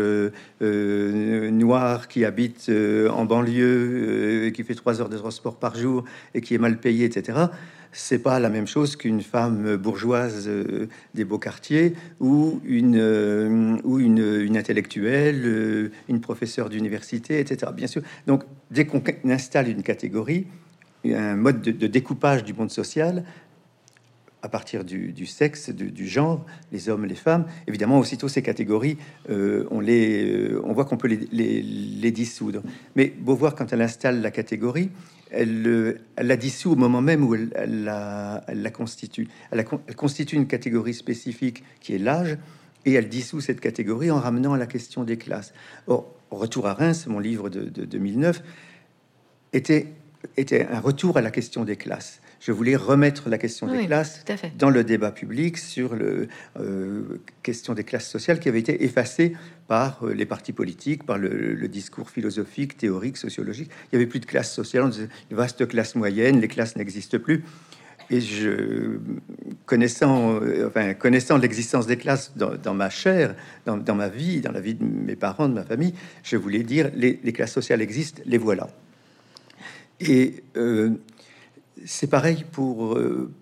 noire qui habite en banlieue, qui fait 3 heures de transport par jour et qui est mal payée, etc. C'est pas la même chose qu'une femme bourgeoise des beaux quartiers ou une intellectuelle, une professeure d'université, etc. Bien sûr. Donc, dès qu'on installe une catégorie, un mode de découpage du monde social, à partir du sexe, du genre, les hommes, les femmes, évidemment, aussitôt ces catégories, on voit qu'on peut les dissoudre. Mais Beauvoir, quand elle installe la catégorie, elle la dissout au moment même où elle la constitue. Elle constitue une catégorie spécifique qui est l'âge, et elle dissout cette catégorie en ramenant à la question des classes. Or, Retour à Reims, mon livre de 2009, était un retour à la question des classes. Je voulais remettre la question des classes dans le débat public sur le question des classes sociales qui avait été effacée par les partis politiques, par le discours philosophique, théorique, sociologique. Il n'y avait plus de classe sociale, on disait une vaste classe moyenne, les classes n'existent plus. Et connaissant l'existence des classes dans ma chair, dans ma vie, dans la vie de mes parents, de ma famille, je voulais dire les classes sociales existent, les voilà. Et c'est pareil pour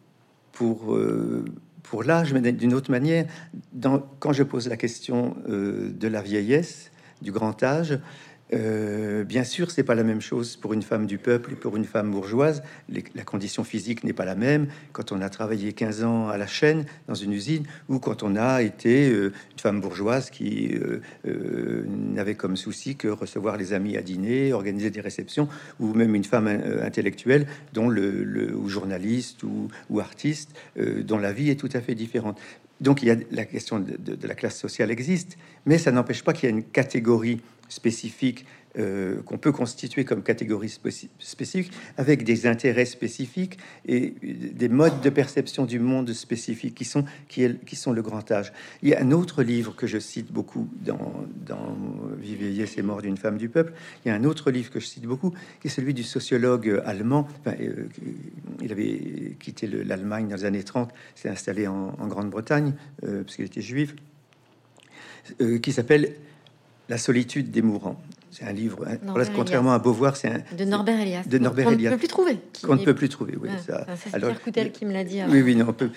l'âge, mais d'une autre manière. Quand je pose la question de la vieillesse, du grand âge, bien sûr, c'est pas la même chose pour une femme du peuple et pour une femme bourgeoise. La condition physique n'est pas la même quand on a travaillé 15 ans à la chaîne dans une usine ou quand on a été une femme bourgeoise qui n'avait comme souci que recevoir les amis à dîner, organiser des réceptions, ou même une femme intellectuelle ou journaliste ou artiste dont la vie est tout à fait différente. Donc il y a la question de la classe sociale existe, mais ça n'empêche pas qu'il y a une catégorie spécifique qu'on peut constituer comme catégorie spécifique avec des intérêts spécifiques et des modes de perception du monde spécifiques qui sont le grand âge. Il y a un autre livre que je cite beaucoup dans Vie, vieillesse et mort d'une femme du peuple. Il y a un autre livre que je cite beaucoup qui est celui du sociologue allemand. Il avait quitté l'Allemagne dans les années 30, s'est installé en Grande-Bretagne parce qu'il était juif, qui s'appelle La solitude des mourants. C'est un livre, contrairement à Beauvoir, c'est de Norbert Elias. De Norbert Elias. On ne peut plus trouver. Qu'on ne peut plus trouver, oui. Ça c'est Pierre Coutel qui me l'a dit. Oui, non, on peut.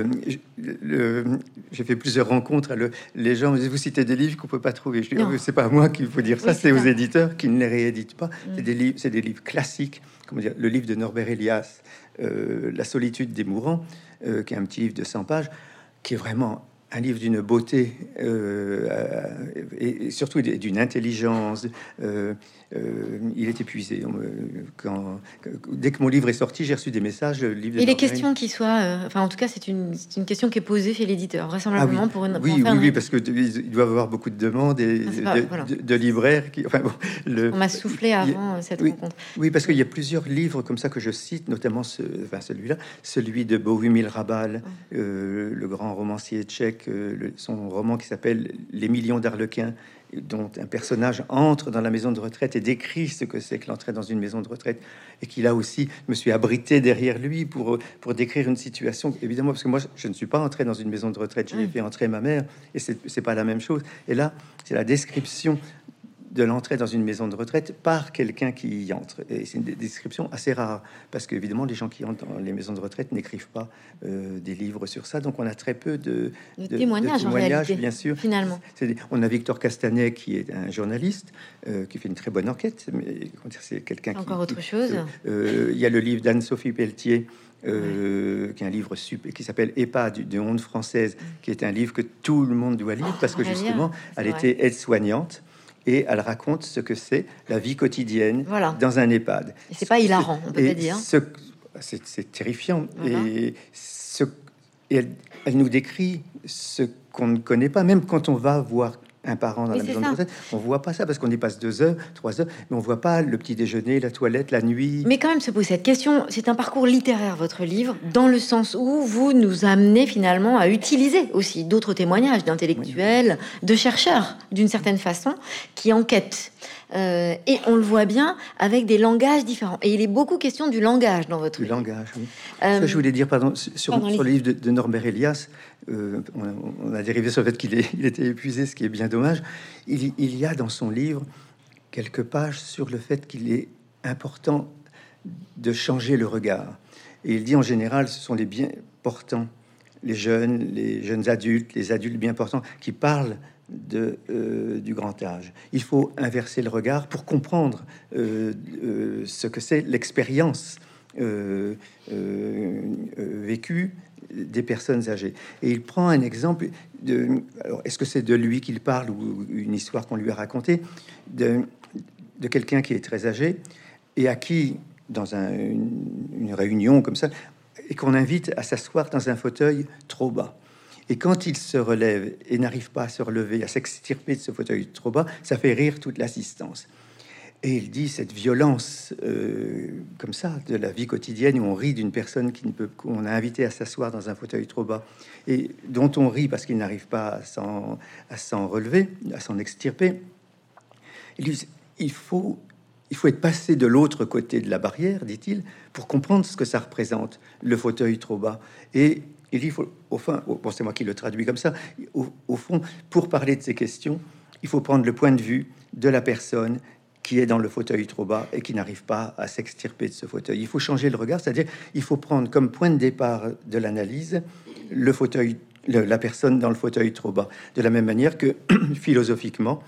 J'ai fait plusieurs rencontres. Les gens me disent, vous citez des livres qu'on peut pas trouver. Je dis, c'est pas à moi qu'il faut dire ça, c'est aux éditeurs qui ne les rééditent pas. C'est des livres classiques. Comment dire, le livre de Norbert Elias, La solitude des mourants, qui est un petit livre de 100 pages, qui est vraiment un livre d'une beauté et surtout d'une intelligence. Il est épuisé. Dès que mon livre est sorti, j'ai reçu des messages. Le livre il est question qu'il soit... enfin, en tout cas, c'est une question qui est posée chez l'éditeur, vraisemblablement oui. pour une... Oui, parce qu'il doit avoir beaucoup de demandes et de libraires qui... Enfin, bon, on m'a soufflé avant cette rencontre. Oui, parce qu'il y a plusieurs livres comme ça que je cite, notamment celui-là, celui de Bohumil Hrabal, le grand romancier tchèque, son roman qui s'appelle Les millions d'Arlequins, dont un personnage entre dans la maison de retraite et décrit ce que c'est que l'entrée dans une maison de retraite, et qui là aussi me suis abrité derrière lui pour décrire une situation, évidemment, parce que moi je ne suis pas entré dans une maison de retraite, j'ai fait entrer ma mère, et c'est pas la même chose. Et là, c'est la description de l'entrée dans une maison de retraite par quelqu'un qui y entre. Et c'est une description assez rare, parce qu'évidemment, les gens qui entrent dans les maisons de retraite n'écrivent pas des livres sur ça. Donc, on a très peu de témoignages, en réalité, bien sûr. Finalement. On a Victor Castanet, qui est un journaliste, qui fait une très bonne enquête, mais c'est quelqu'un qui... Encore autre chose. Il y a le livre d'Anne-Sophie Pelletier, qui est un livre super, qui s'appelle EHPAD de Honte française, qui est un livre que tout le monde doit lire, parce que justement, elle était aide-soignante. Et elle raconte ce que c'est la vie quotidienne dans un EHPAD. Et c'est pas hilarant, on peut pas dire. C'est terrifiant. Et elle nous décrit ce qu'on ne connaît pas, même quand on va voir un parent dans la maison de retraite, on voit pas ça parce qu'on y passe 2 heures, 3 heures, mais on voit pas le petit déjeuner, la toilette, la nuit. Mais quand même se pose cette question, c'est un parcours littéraire, votre livre, dans le sens où vous nous amenez finalement à utiliser aussi d'autres témoignages d'intellectuels, de chercheurs, d'une certaine façon, qui enquêtent. Et on le voit bien avec des langages différents. Et il est beaucoup question du langage dans votre livre. Du langage, oui. Ce que je voulais dire, sur le livre de Norbert Elias, on a dérivé sur le fait qu'il était épuisé, ce qui est bien dommage. Il y a dans son livre quelques pages sur le fait qu'il est important de changer le regard. Et il dit en général, ce sont les bien portants, les jeunes adultes, les adultes bien portants, qui parlent du grand âge. Il faut inverser le regard pour comprendre ce que c'est l'expérience vécue des personnes âgées. Et il prend un exemple alors, est-ce que c'est de lui qu'il parle ou une histoire qu'on lui a racontée de quelqu'un qui est très âgé et à qui, dans une réunion comme ça, et qu'on invite à s'asseoir dans un fauteuil trop bas. Et quand il se relève et n'arrive pas à se relever, à s'extirper de ce fauteuil trop bas, ça fait rire toute l'assistance. Et il dit cette violence comme ça de la vie quotidienne où on rit d'une personne qu'on a invité à s'asseoir dans un fauteuil trop bas et dont on rit parce qu'il n'arrive pas à s'en relever, à s'en extirper. Il faut être passé de l'autre côté de la barrière, dit-il, pour comprendre ce que ça représente, le fauteuil trop bas. Et il faut, au fond, bon, c'est moi qui le traduis comme ça, au fond, pour parler de ces questions, il faut prendre le point de vue de la personne qui est dans le fauteuil trop bas et qui n'arrive pas à s'extirper de ce fauteuil. Il faut changer le regard, c'est-à-dire il faut prendre comme point de départ de l'analyse le fauteuil, la personne dans le fauteuil trop bas, de la même manière que philosophiquement,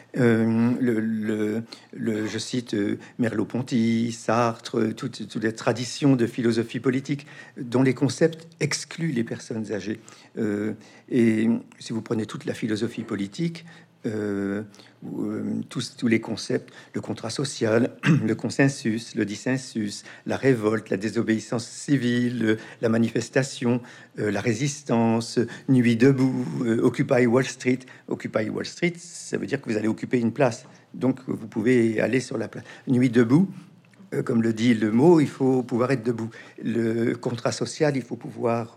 je cite Merleau-Ponty, Sartre, toutes les traditions de philosophie politique dont les concepts excluent les personnes âgées. Et si vous prenez toute la philosophie politique, tous les concepts, le contrat social, le consensus, le dissensus, la révolte, la désobéissance civile, la manifestation, la résistance, nuit debout, Occupy Wall Street. Occupy Wall Street, ça veut dire que vous allez occuper une place. Donc vous pouvez aller sur la place. Nuit debout, comme le dit le mot, il faut pouvoir être debout. Le contrat social, il faut pouvoir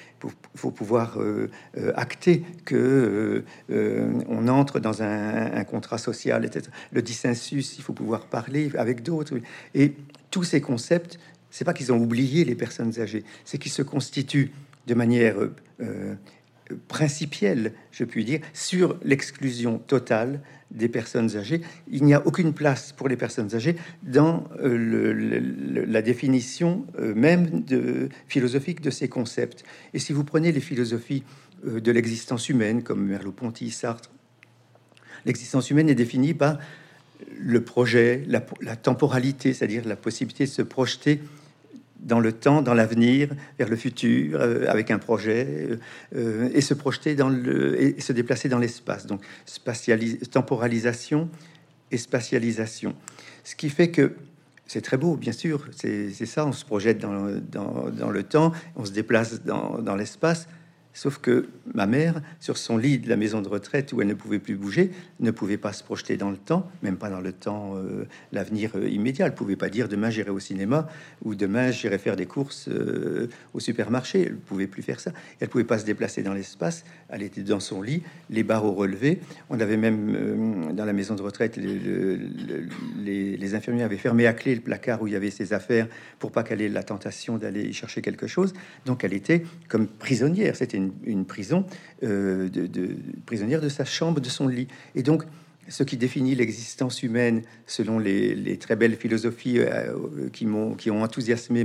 acter que on entre dans un contrat social, etc. Le dissensus, il faut pouvoir parler avec d'autres. Et tous ces concepts, c'est pas qu'ils ont oublié les personnes âgées, c'est qu'ils se constituent de manière principielle, je puis dire, sur l'exclusion totale des personnes âgées. Il n'y a aucune place pour les personnes âgées dans la définition même philosophique de ces concepts. Et si vous prenez les philosophies de l'existence humaine, comme Merleau-Ponty, Sartre, l'existence humaine est définie par le projet, la temporalité, c'est-à-dire la possibilité de se projeter dans le temps, dans l'avenir, vers le futur, avec un projet, et se projeter et se déplacer dans l'espace. Donc, temporalisation et spatialisation. Ce qui fait que c'est très beau, bien sûr, c'est ça, on se projette dans le temps, on se déplace dans l'espace. Sauf que ma mère, sur son lit de la maison de retraite où elle ne pouvait plus bouger, ne pouvait pas se projeter dans le temps, même pas dans le temps, l'avenir immédiat. Elle pouvait pas dire demain j'irai au cinéma ou demain j'irai faire des courses au supermarché. Elle pouvait plus faire ça. Elle pouvait pas se déplacer dans l'espace. Elle était dans son lit, les barreaux relevés. On avait même dans la maison de retraite, les infirmiers avaient fermé à clé le placard où il y avait ses affaires pour pas qu'elle ait la tentation d'aller y chercher quelque chose. Donc elle était comme prisonnière. C'était une prison prisonnière de sa chambre, de son lit. Et donc, ce qui définit l'existence humaine, selon les très belles philosophies qui ont enthousiasmé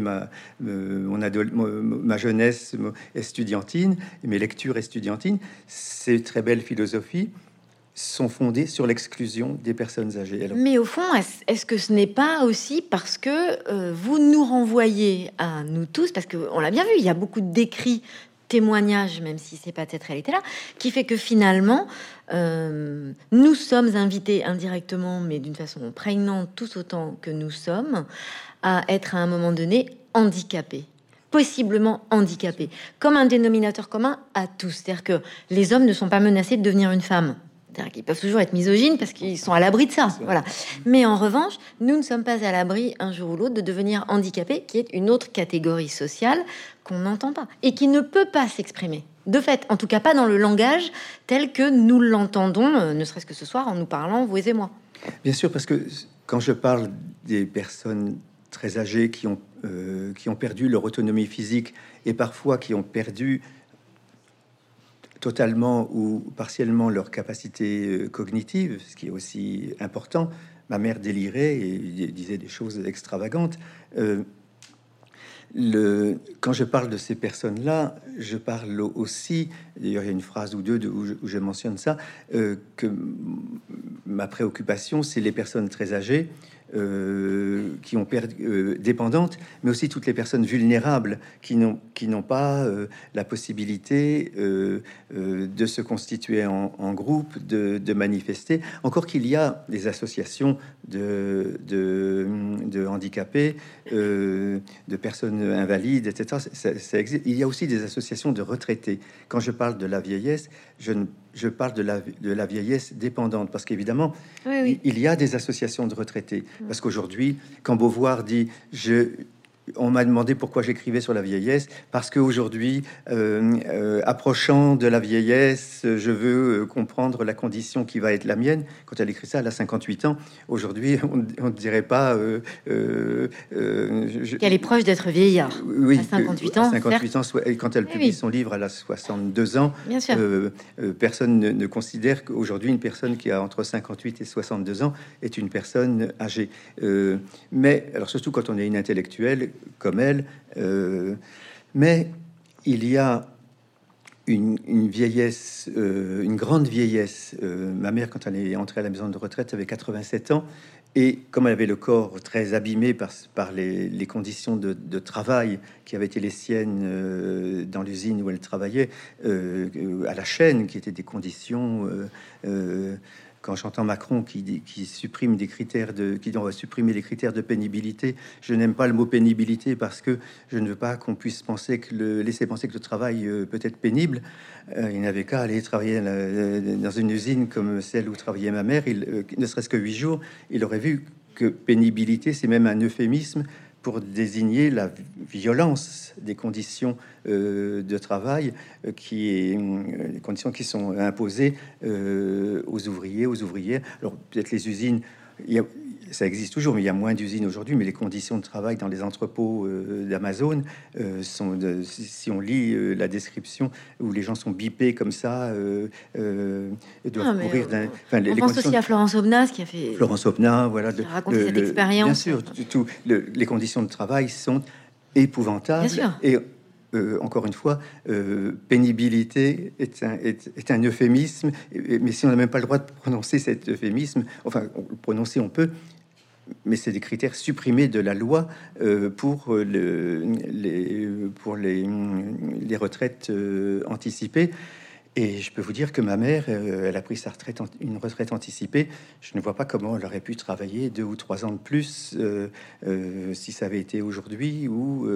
ma jeunesse estudiantine, mes lectures estudiantines, ces très belles philosophies sont fondées sur l'exclusion des personnes âgées. Alors, mais au fond, est-ce que ce n'est pas aussi parce que vous nous renvoyez à nous tous, parce qu'on l'a bien vu, il y a beaucoup d'écrits, témoignages, même si c'est pas cette réalité-là, qui fait que finalement, nous sommes invités indirectement, mais d'une façon prégnante, tous autant que nous sommes, à être à un moment donné handicapés, possiblement handicapés, comme un dénominateur commun à tous. C'est-à-dire que les hommes ne sont pas menacés de devenir une femme. C'est-à-dire qu'ils peuvent toujours être misogynes parce qu'ils sont à l'abri de ça. Voilà. Mais en revanche, nous ne sommes pas à l'abri un jour ou l'autre de devenir handicapés, qui est une autre catégorie sociale qu'on n'entend pas et qui ne peut pas s'exprimer. De fait, en tout cas pas dans le langage tel que nous l'entendons, ne serait-ce que ce soir en nous parlant, vous et moi. bien sûr, parce que quand je parle des personnes très âgées qui ont perdu leur autonomie physique et parfois qui ont perdu totalement ou partiellement leur capacité cognitive, ce qui est aussi important. Ma mère délirait et disait des choses extravagantes. Quand je parle de ces personnes-là, je parle aussi, d'ailleurs il y a une phrase ou deux où je mentionne ça, que ma préoccupation, c'est les personnes très âgées, qui ont perdu, dépendantes, mais aussi toutes les personnes vulnérables qui n'ont pas la possibilité de se constituer en groupe, de manifester. Encore qu'il y a des associations de handicapés, de personnes invalides, etc. Ça existe. Il y a aussi des associations de retraités. Quand je parle de la vieillesse, je parle de la vieillesse dépendante, parce qu'évidemment, oui. Il y a des associations de retraités. Parce qu'aujourd'hui, quand Beauvoir dit on m'a demandé pourquoi j'écrivais sur la vieillesse, parce qu'aujourd'hui, approchant de la vieillesse, je veux comprendre la condition qui va être la mienne. Quand elle écrit ça, elle a 58 ans. Aujourd'hui, on ne dirait pas... qu'elle est proche d'être vieillard. Oui, à 58 ans. 58 ans, quand elle publie son livre, elle a 62 ans. Bien sûr. Personne ne considère qu'aujourd'hui, une personne qui a entre 58 et 62 ans est une personne âgée. Mais, alors surtout quand on est une intellectuelle, comme elle, mais il y a une vieillesse, une grande vieillesse. Ma mère, quand elle est entrée à la maison de retraite, avait 87 ans, et comme elle avait le corps très abîmé par les conditions de travail qui avaient été les siennes dans l'usine où elle travaillait, à la chaîne, qui étaient des conditions... quand j'entends Macron qui supprime des critères qui doit supprimer les critères de pénibilité, je n'aime pas le mot pénibilité parce que je ne veux pas qu'on puisse laisser penser que le travail peut être pénible. Il n'avait qu'à aller travailler dans une usine comme celle où travaillait ma mère, ne serait-ce que 8 jours, il aurait vu que pénibilité, c'est même un euphémisme pour désigner la violence des conditions de travail, les conditions qui sont imposées aux ouvriers, aux ouvrières. Alors peut-être les usines, ça existe toujours, mais il y a moins d'usines aujourd'hui. Mais les conditions de travail dans les entrepôts d'Amazon sont, si on lit la description, où les gens sont bipés comme ça, doivent courir d'un. Enfin, on pense aussi à Florence Aubenas qui a fait. Florence Aubenas, voilà, qui a raconté cette expérience. Bien sûr, les conditions de travail sont épouvantables. Bien sûr. Et encore une fois, pénibilité est un euphémisme, mais si on n'a même pas le droit de prononcer cet euphémisme, enfin, le prononcer on peut, mais c'est des critères supprimés de la loi pour les retraites anticipées. Et je peux vous dire que ma mère, elle a pris sa retraite, une retraite anticipée. Je ne vois pas comment elle aurait pu travailler 2 ou 3 ans de plus si ça avait été aujourd'hui, ou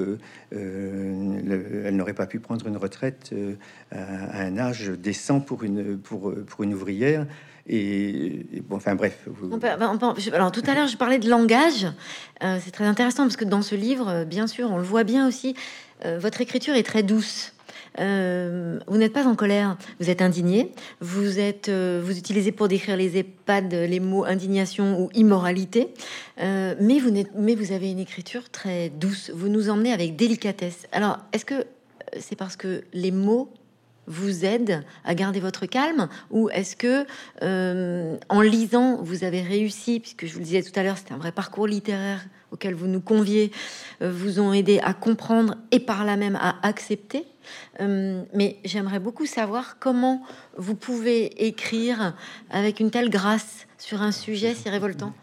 elle n'aurait pas pu prendre une retraite à un âge décent pour une ouvrière. Et bon, enfin bref. Alors tout à l'heure, je parlais de langage. C'est très intéressant parce que dans ce livre, bien sûr, on le voit bien aussi, votre écriture est très douce. Vous n'êtes pas en colère, vous êtes indigné, vous utilisez pour décrire les EHPAD les mots indignation ou immoralité, mais vous avez une écriture très douce, vous nous emmenez avec délicatesse. Alors, est-ce que c'est parce que les mots vous aide à garder votre calme, ou est-ce que en lisant, vous avez réussi, puisque je vous le disais tout à l'heure, c'était un vrai parcours littéraire auquel vous nous conviez, vous ont aidé à comprendre et par là même à accepter. Mais j'aimerais beaucoup savoir comment vous pouvez écrire avec une telle grâce sur un sujet si révoltant.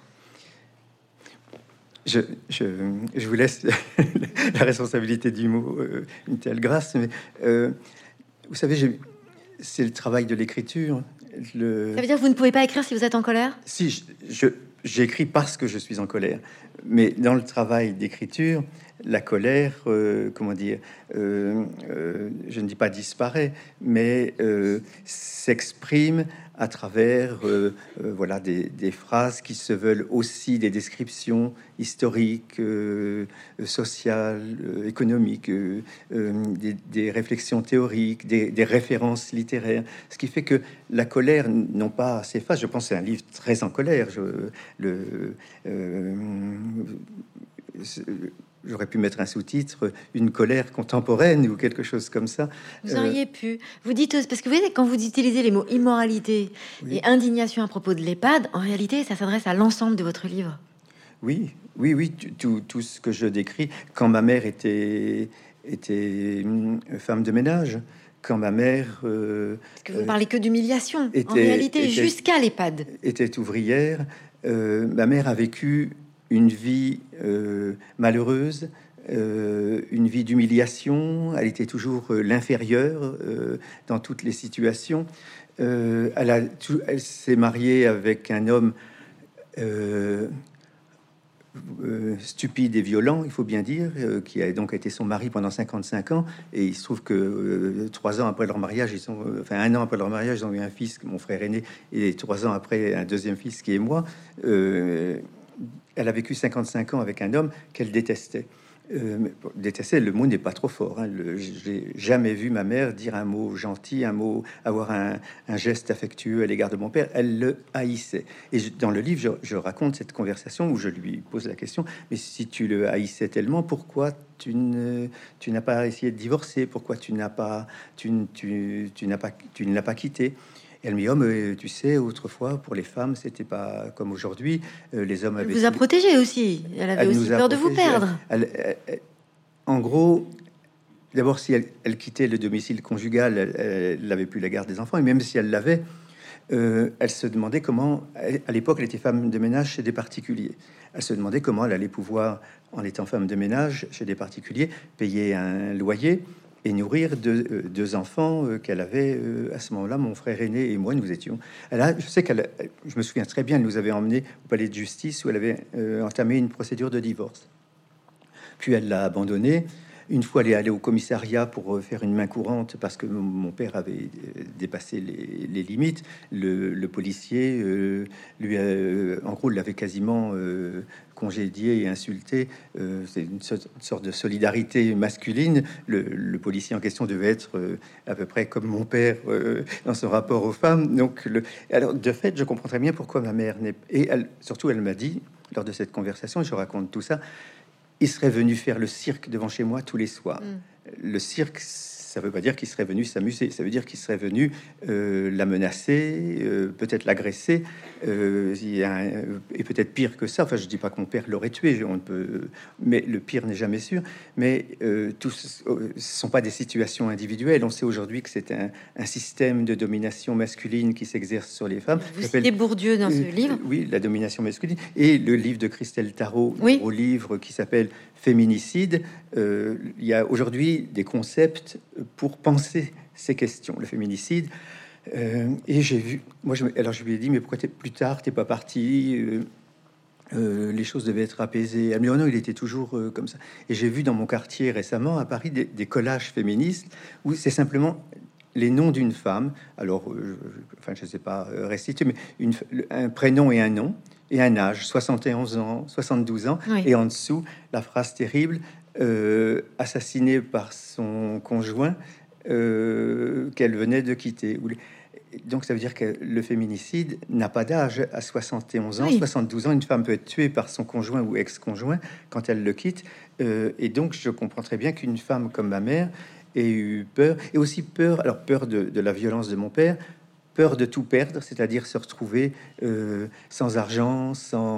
Je vous laisse la responsabilité du mot, une telle grâce, mais vous savez, c'est le travail de l'écriture. Ça veut dire que vous ne pouvez pas écrire si vous êtes en colère? Si, j'écris parce que je suis en colère, mais dans le travail d'écriture, la colère, comment dire, je ne dis pas disparaît, mais s'exprime à travers voilà, des phrases qui se veulent aussi des descriptions historiques, sociales, économiques, des réflexions théoriques, des références littéraires. Ce qui fait que la colère, non pas s'efface. Je pense que c'est un livre très en colère. J'aurais pu mettre un sous-titre, une colère contemporaine ou quelque chose comme ça. Vous auriez pu. Vous dites, parce que vous voyez, quand vous utilisez les mots immoralité et indignation à propos de l'EHPAD, en réalité, ça s'adresse à l'ensemble de votre livre. Oui, tout ce que je décris. Quand ma mère était femme de ménage, quand ma mère... Parce que vous ne parlez que d'humiliation, en réalité, jusqu'à l'EHPAD. Était ouvrière. Ma mère a vécu une vie malheureuse, une vie d'humiliation. Elle était toujours l'inférieure dans toutes les situations. Elle s'est mariée avec un homme stupide et violent, il faut bien dire, qui a donc été son mari pendant 55 ans. Et il se trouve que 3 ans après leur mariage, enfin 1 an après leur mariage, ils ont eu un fils, mon frère aîné, et 3 ans après, un deuxième fils qui est moi. Elle a vécu 55 ans avec un homme qu'elle détestait. Détester, le mot n'est pas trop fort. Hein. J'ai jamais vu ma mère dire un mot gentil, avoir un geste affectueux à l'égard de mon père. Elle le haïssait. Et dans le livre, je raconte cette conversation où je lui pose la question: mais si tu le haïssais tellement, pourquoi tu n'as pas essayé de divorcer? Pourquoi tu ne l'as pas quitté? Elle me dit: oh, mais tu sais, autrefois, pour les femmes, c'était pas comme aujourd'hui. Les hommes avaient... Elle vous a protégé aussi. Elle avait aussi peur de vous perdre. En gros, d'abord, si elle quittait le domicile conjugal, elle n'avait plus la garde des enfants. Et même si elle l'avait, elle se demandait comment... À l'époque, elle était femme de ménage chez des particuliers. Elle se demandait comment elle allait pouvoir, en étant femme de ménage chez des particuliers, payer un loyer et nourrir deux enfants qu'elle avait à ce moment-là. Mon frère aîné et moi, nous étions... je me souviens très bien, elle nous avait emmenés au palais de justice où elle avait entamé une procédure de divorce. Puis elle l'a abandonné. Une fois, elle est allée au commissariat pour faire une main courante parce que mon père avait dépassé les limites. Le policier, en gros, l'avait quasiment congédié et insulté. C'est une sorte de solidarité masculine. Le policier en question devait être à peu près comme mon père dans son rapport aux femmes. Donc, alors, de fait, je comprends très bien pourquoi ma mère n'est... Et surtout, elle m'a dit, lors de cette conversation, je raconte tout ça, il serait venu faire le cirque devant chez moi tous les soirs. Le cirque, ça veut pas dire qu'il serait venu s'amuser, ça veut dire qu'il serait venu la menacer, peut-être l'agresser, et peut-être pire que ça. Enfin, je dis pas que mon père l'aurait tué, mais le pire n'est jamais sûr. Mais ce sont pas des situations individuelles. On sait aujourd'hui que c'est un système de domination masculine qui s'exerce sur les femmes. Vous citez Bourdieu dans ce livre. Oui, la domination masculine. Et le livre de Christelle Tarot, oui, au livre qui s'appelle Féminicide. Il y a aujourd'hui des concepts pour penser ces questions, le féminicide. Et j'ai vu, alors je lui ai dit, mais pourquoi plus tard t'es pas parti? Les choses devaient être apaisées. Elle me dit: oh non, il était toujours comme ça. Et j'ai vu dans mon quartier récemment à Paris des collages féministes où c'est simplement les noms d'une femme. Alors, je sais pas restituer, mais un prénom et un nom et un âge, 71 ans, 72 ans, oui. Et en dessous la phrase terrible: assassinée par son conjoint qu'elle venait de quitter. Donc ça veut dire que le féminicide n'a pas d'âge. À 71 ans, oui. 72 ans, une femme peut être tuée par son conjoint ou ex-conjoint quand elle le quitte. Et donc je comprends très bien qu'une femme comme ma mère et eu peur, et aussi peur, alors peur de la violence de mon père, peur de tout perdre, c'est-à-dire se retrouver sans argent,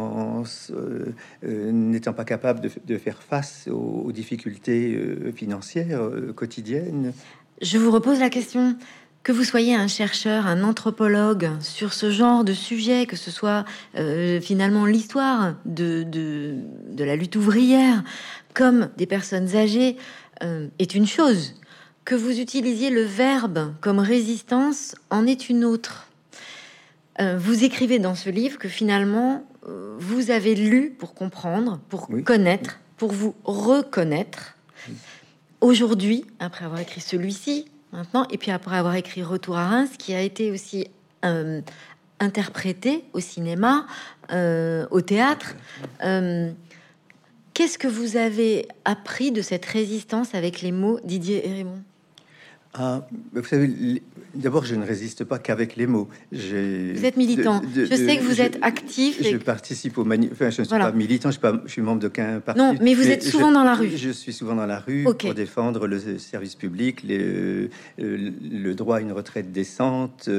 n'étant pas capable de faire face aux difficultés financières quotidiennes. Je vous repose la question. Que vous soyez un chercheur, un anthropologue sur ce genre de sujet, que ce soit finalement l'histoire de la lutte ouvrière, comme des personnes âgées, est une chose. Que vous utilisiez le verbe comme résistance en est une autre. Vous écrivez dans ce livre que finalement, vous avez lu pour comprendre, pour connaître, pour vous reconnaître. Aujourd'hui, après avoir écrit celui-ci, maintenant, et puis après avoir écrit Retour à Reims, qui a été aussi interprété au cinéma, au théâtre, qu'est-ce que vous avez appris de cette résistance avec les mots, Didier Hérémon? Ah, vous savez, d'abord, je ne résiste pas qu'avec les mots. Vous êtes militant. Je sais que vous êtes actif. Je participe aux enfin, je ne suis pas militant. Je suis membre d'aucun parti. Non, mais vous êtes souvent dans la rue. Je suis souvent dans la rue pour défendre le service public, le droit à une retraite décente,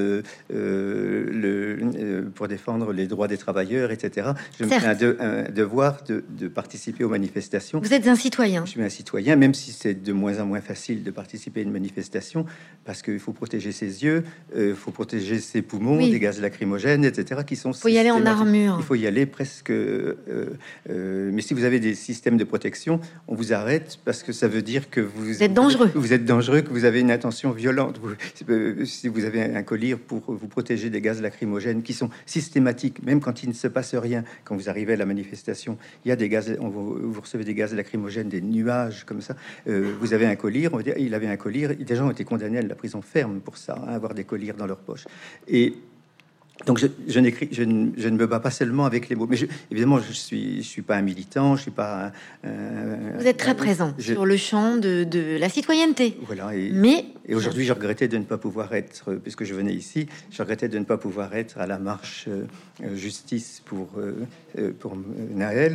pour défendre les droits des travailleurs, etc. Je me fais un devoir de participer aux manifestations. Vous êtes un citoyen. Je suis un citoyen, même si c'est de moins en moins facile de participer à une manifestation, parce qu'il faut protéger ses yeux, il faut protéger ses poumons des gaz lacrymogènes, etc. qui sont. Il faut y aller en armure. Il faut y aller presque. Mais si vous avez des systèmes de protection, on vous arrête parce que ça veut dire que vous êtes dangereux. Vous êtes dangereux, que vous avez une intention violente. Si vous avez un collier pour vous protéger des gaz lacrymogènes qui sont systématiques, même quand il ne se passe rien, quand vous arrivez à la manifestation, il y a des gaz, vous recevez des gaz lacrymogènes, des nuages comme ça. Vous avez un collier, on va dire, il avait un collier. Des gens ont été condamnés à la prison ferme pour ça, à avoir des colliers dans leur poche. Et donc je ne me bats pas seulement avec les mots, mais évidemment je suis pas un militant, je suis pas. Vous êtes très présent sur le champ de la citoyenneté. Voilà. Et aujourd'hui, je regrettais de ne pas pouvoir être, puisque je venais ici, je regrettais de ne pas pouvoir être à la marche justice pour Naël.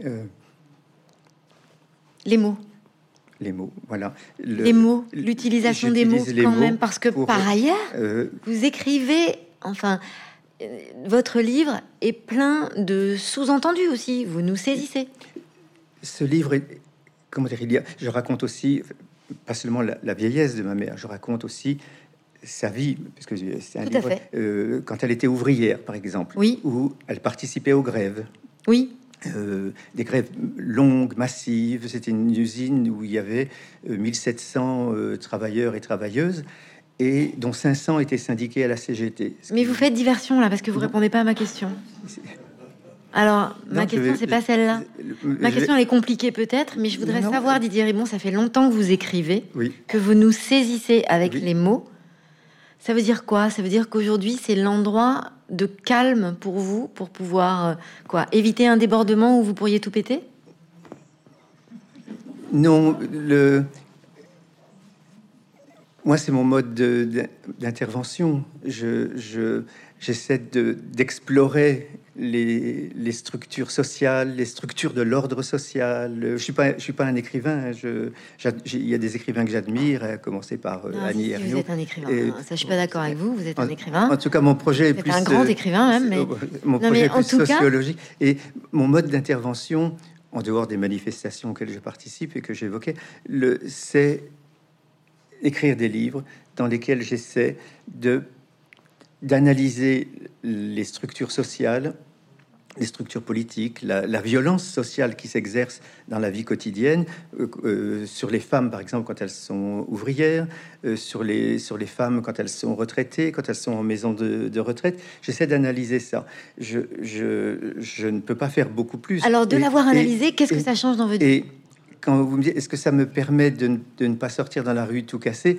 Les mots. Les mots, voilà. Les mots, l'utilisation des mots quand même, parce que par ailleurs, vous écrivez, enfin, votre livre est plein de sous-entendus aussi. Vous nous saisissez. Ce livre est, comment dire, je raconte aussi, pas seulement la vieillesse de ma mère, je raconte aussi sa vie, parce que c'est un livre, quand elle était ouvrière, par exemple, où elle participait aux grèves. Oui. Des grèves longues, massives. C'était une usine où il y avait 1700 travailleurs et travailleuses, et dont 500 étaient syndiqués à la CGT. Mais vous faites diversion là, parce que vous répondez pas à ma question. Alors, ma question, c'est pas celle-là. Ma question, elle est compliquée peut-être, mais je voudrais savoir, Didier Hérémon, ça fait longtemps que vous écrivez, que vous nous saisissez avec les mots. Ça veut dire quoi? Ça veut dire qu'aujourd'hui, c'est l'endroit de calme pour vous, pour pouvoir éviter un débordement où vous pourriez tout péter? Non, moi, c'est mon mode d'intervention. J'essaie d'explorer les structures sociales, les structures de l'ordre social. Je suis pas un écrivain. Il y a des écrivains que j'admire, à commencer par Annie Ernaux. Vous êtes un écrivain. Ça, je suis pas d'accord avec vous. Vous êtes un écrivain. En tout cas, mon projet est plus un grand écrivain même. Mais mon projet est plus sociologique. Et mon mode d'intervention, en dehors des manifestations auxquelles je participe et que j'évoquais, c'est écrire des livres dans lesquels j'essaie d'analyser les structures sociales, les structures politiques, la violence sociale qui s'exerce dans la vie quotidienne, sur les femmes, par exemple, quand elles sont ouvrières, sur les femmes quand elles sont retraitées, quand elles sont en maison de retraite. J'essaie d'analyser ça. Je ne peux pas faire beaucoup plus. Alors, de l'avoir analysé, qu'est-ce que ça change dans votre vie? Quand vous me dites, est-ce que ça me permet de ne pas sortir dans la rue tout cassé,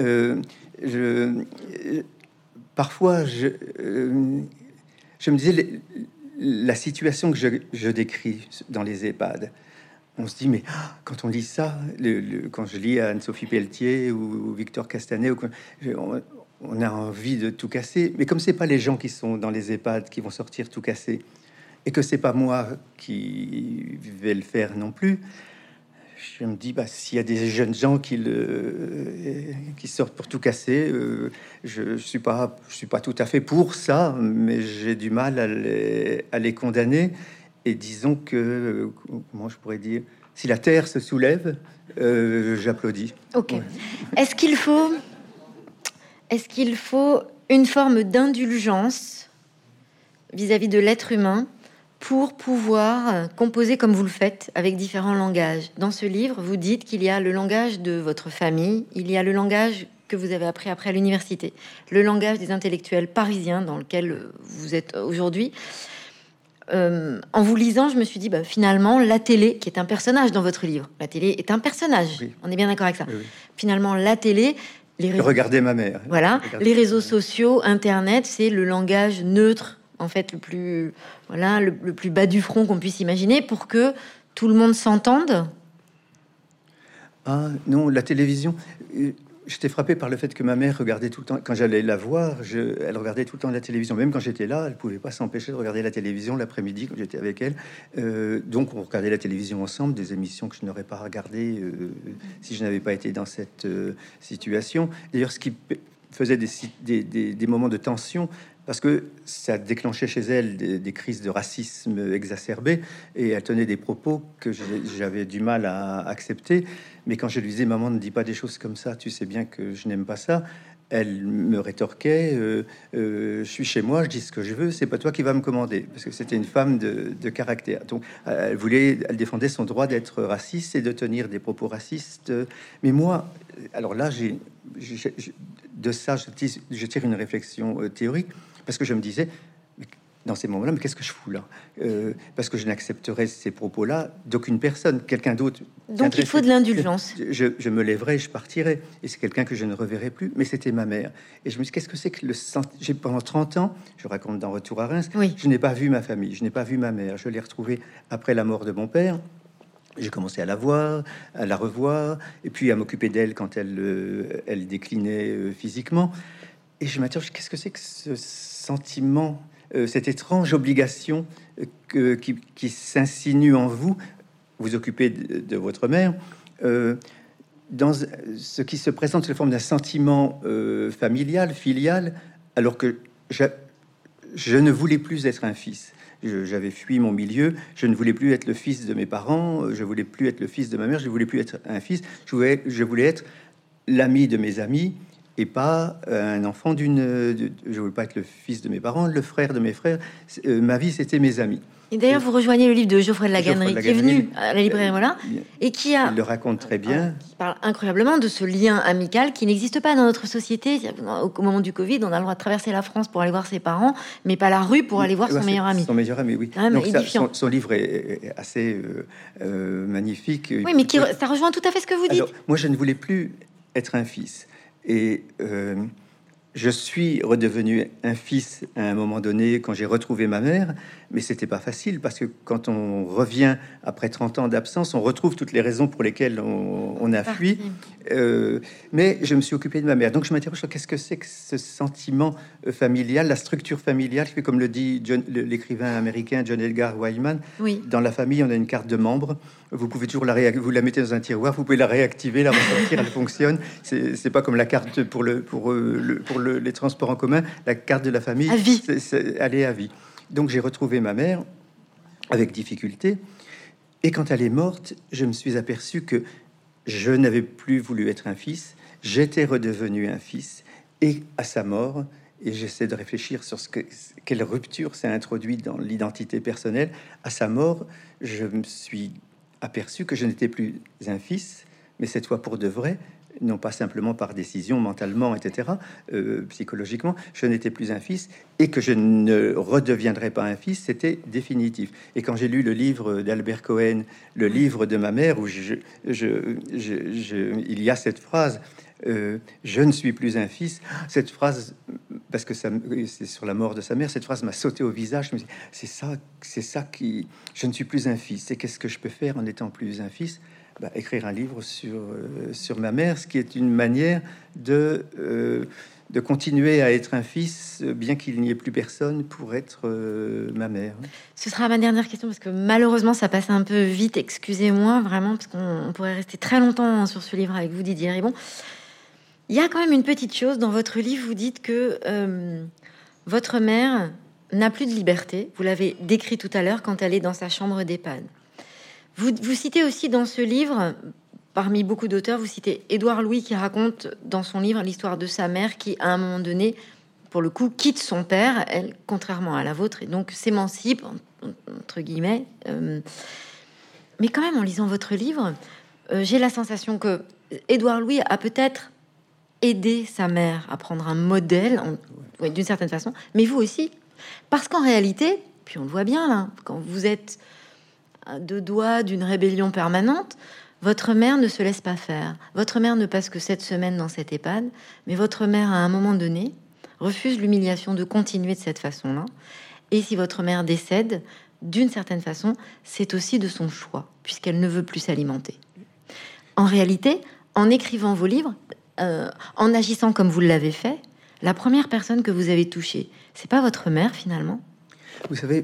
parfois, je me disais, la situation que je décris dans les EHPAD, on se dit, mais quand on lit ça, quand je lis Anne-Sophie Pelletier ou Victor Castanet, on a envie de tout casser. Mais comme c'est pas les gens qui sont dans les EHPAD qui vont sortir tout cassé, et que c'est pas moi qui vais le faire non plus, je me dis, s'il y a des jeunes gens qui sortent pour tout casser, je suis pas tout à fait pour ça, mais j'ai du mal à les condamner. Et disons que, comment je pourrais dire, si la terre se soulève, j'applaudis. Ok. Ouais. Est-ce qu'il faut une forme d'indulgence vis-à-vis de l'être humain pour pouvoir composer comme vous le faites avec différents langages? Dans ce livre, vous dites qu'il y a le langage de votre famille, il y a le langage que vous avez appris après à l'université, le langage des intellectuels parisiens dans lequel vous êtes aujourd'hui. En vous lisant, je me suis dit, finalement, la télé, qui est un personnage dans votre livre, la télé est un personnage. Oui. On est bien d'accord avec ça. Oui, oui. Finalement, la télé, Regardez ma mère. voilà, Regardez. les réseaux sociaux, Internet, c'est le langage neutre, en fait, le plus bas du front qu'on puisse imaginer pour que tout le monde s'entende. Ah non, la télévision. J'étais frappé par le fait que ma mère regardait tout le temps, quand j'allais la voir, elle regardait tout le temps la télévision. Même quand j'étais là, elle pouvait pas s'empêcher de regarder la télévision l'après-midi quand j'étais avec elle. Donc on regardait la télévision ensemble, des émissions que je n'aurais pas regardées si je n'avais pas été dans cette situation. D'ailleurs, ce qui faisait des moments de tension, parce que ça déclenchait chez elle des crises de racisme exacerbées, et elle tenait des propos que j'avais du mal à accepter. Mais quand je lui disais, maman, ne dis pas des choses comme ça, tu sais bien que je n'aime pas ça, elle me rétorquait, je suis chez moi, je dis ce que je veux, c'est pas toi qui vas me commander, parce que c'était une femme de caractère. Donc elle défendait son droit d'être raciste et de tenir des propos racistes. Mais moi, alors là, de ça, je tire une réflexion théorique, parce que je me disais, dans ces moments-là, mais qu'est-ce que je fous là? Parce que je n'accepterai ces propos-là d'aucune personne, quelqu'un d'autre. Donc il faut de l'indulgence. Je me lèverai, je partirai, et c'est quelqu'un que je ne reverrai plus, mais c'était ma mère. Et je me dis, qu'est-ce que c'est que pendant 30 ans, je raconte dans Retour à Reims, Oui. je n'ai pas vu ma famille, je n'ai pas vu ma mère. Je l'ai retrouvée après la mort de mon père. J'ai commencé à la voir, à la revoir, et puis à m'occuper d'elle quand elle déclinait physiquement. Et je m'interroge, qu'est-ce que c'est que ce sentiment, cette étrange obligation qui s'insinue en vous, vous occupez de votre mère, dans ce qui se présente sous la forme d'un sentiment familial, filial, alors que je ne voulais plus être un fils. J'avais fui mon milieu, je ne voulais plus être le fils de mes parents, je voulais plus être le fils de ma mère, je voulais plus être un fils, je voulais être l'ami de mes amis, et pas un enfant je voulais pas être le fils de mes parents, le frère de mes frères. Ma vie, c'était mes amis. Et d'ailleurs, vous rejoignez le livre de Geoffrey de la Gannerie, qui est venu à la librairie, voilà, et qui Il le raconte très bien. Qui parle incroyablement de ce lien amical qui n'existe pas dans notre société. Au moment du Covid, on a le droit de traverser la France pour aller voir ses parents, mais pas la rue pour aller voir son meilleur ami. Son meilleur ami, oui. Ah, donc son livre est assez magnifique. Oui, mais ça rejoint tout à fait ce que vous dites. Alors, moi, je ne voulais plus être un fils. Et je suis redevenu un fils à un moment donné quand j'ai retrouvé ma mère, mais c'était pas facile parce que quand on revient après 30 ans d'absence, on retrouve toutes les raisons pour lesquelles on a fui. Mais je me suis occupé de ma mère. Donc je m'interroge sur qu'est-ce que c'est que ce sentiment familial, la structure familiale, qui fait, comme le dit l'écrivain américain John Edgar Wiseman, oui. Dans la famille, on a une carte de membre. Vous pouvez toujours vous la mettez dans un tiroir, vous pouvez la réactiver, la ressortir, elle fonctionne. C'est pas comme la carte pour les transports en commun. La carte de la famille, à vie. Elle est à vie. Donc j'ai retrouvé ma mère avec difficulté. Et quand elle est morte, je me suis aperçu que je n'avais plus voulu être un fils. J'étais redevenu un fils. Et à sa mort, et j'essaie de réfléchir sur quelle rupture s'est introduite dans l'identité personnelle. À sa mort, je me suis aperçu que je n'étais plus un fils, mais cette fois pour de vrai, non pas simplement par décision, mentalement, etc., psychologiquement, je n'étais plus un fils, et que je ne redeviendrai pas un fils, c'était définitif. Et quand j'ai lu le livre d'Albert Cohen, le livre de ma mère, où il y a cette phrase, je ne suis plus un fils, cette phrase, parce que c'est sur la mort de sa mère, cette phrase m'a sauté au visage. Je me dis, c'est ça qui, je ne suis plus un fils. Et qu'est-ce que je peux faire en étant plus un fils? Écrire un livre sur ma mère, ce qui est une manière de de continuer à être un fils, bien qu'il n'y ait plus personne pour être ma mère. Ce sera ma dernière question, parce que malheureusement, ça passe un peu vite. Excusez-moi, vraiment, parce qu'on pourrait rester très longtemps sur ce livre avec vous, Didier Ribon. Il y a quand même une petite chose dans votre livre. Vous dites que votre mère n'a plus de liberté. Vous l'avez décrit tout à l'heure quand elle est dans sa chambre d'EHPAD. Vous citez aussi dans ce livre, parmi beaucoup d'auteurs, vous citez Édouard Louis qui raconte dans son livre l'histoire de sa mère qui, à un moment donné, pour le coup, quitte son père, elle, contrairement à la vôtre, et donc s'émancipe, entre guillemets. Mais quand même, en lisant votre livre, j'ai la sensation que Édouard Louis a peut-être aidé sa mère à prendre un modèle, ouais, d'une certaine façon, mais vous aussi. Parce qu'en réalité, puis on le voit bien là, quand vous êtes à deux doigts d'une rébellion permanente, votre mère ne se laisse pas faire. Votre mère ne passe que 7 semaines dans cette EHPAD, mais votre mère, à un moment donné, refuse l'humiliation de continuer de cette façon-là. Et si votre mère décède, d'une certaine façon, c'est aussi de son choix, puisqu'elle ne veut plus s'alimenter. En réalité, en écrivant vos livres, en agissant comme vous l'avez fait, la première personne que vous avez touchée, c'est pas votre mère finalement? Vous savez,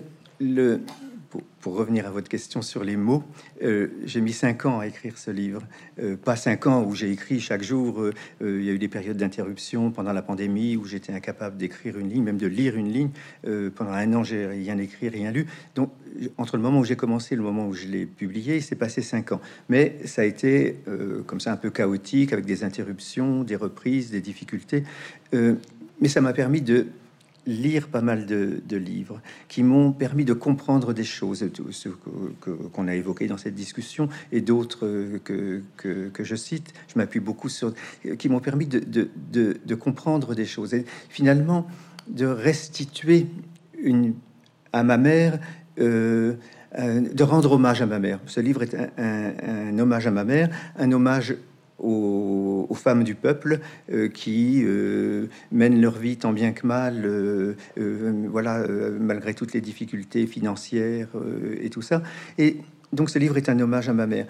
pour revenir à votre question sur les mots, j'ai mis 5 ans à écrire ce livre. Pas 5 ans où j'ai écrit chaque jour. Il y a eu des périodes d'interruption pendant la pandémie où j'étais incapable d'écrire une ligne, même de lire une ligne. Pendant 1 an, j'ai rien écrit, rien lu. Donc, entre le moment où j'ai commencé et le moment où je l'ai publié, il s'est passé 5 ans. Mais ça a été comme ça un peu chaotique, avec des interruptions, des reprises, des difficultés. Mais ça m'a permis de lire pas mal de livres qui m'ont permis de comprendre des choses, ce qu'on a évoqué dans cette discussion, et d'autres que je cite. Je m'appuie beaucoup sur, qui m'ont permis de comprendre des choses et finalement de restituer à ma mère, de rendre hommage à ma mère. Ce livre est un hommage à ma mère, un hommage aux femmes du peuple qui mènent leur vie tant bien que mal, malgré toutes les difficultés financières et tout ça. Et donc ce livre est un hommage à ma mère.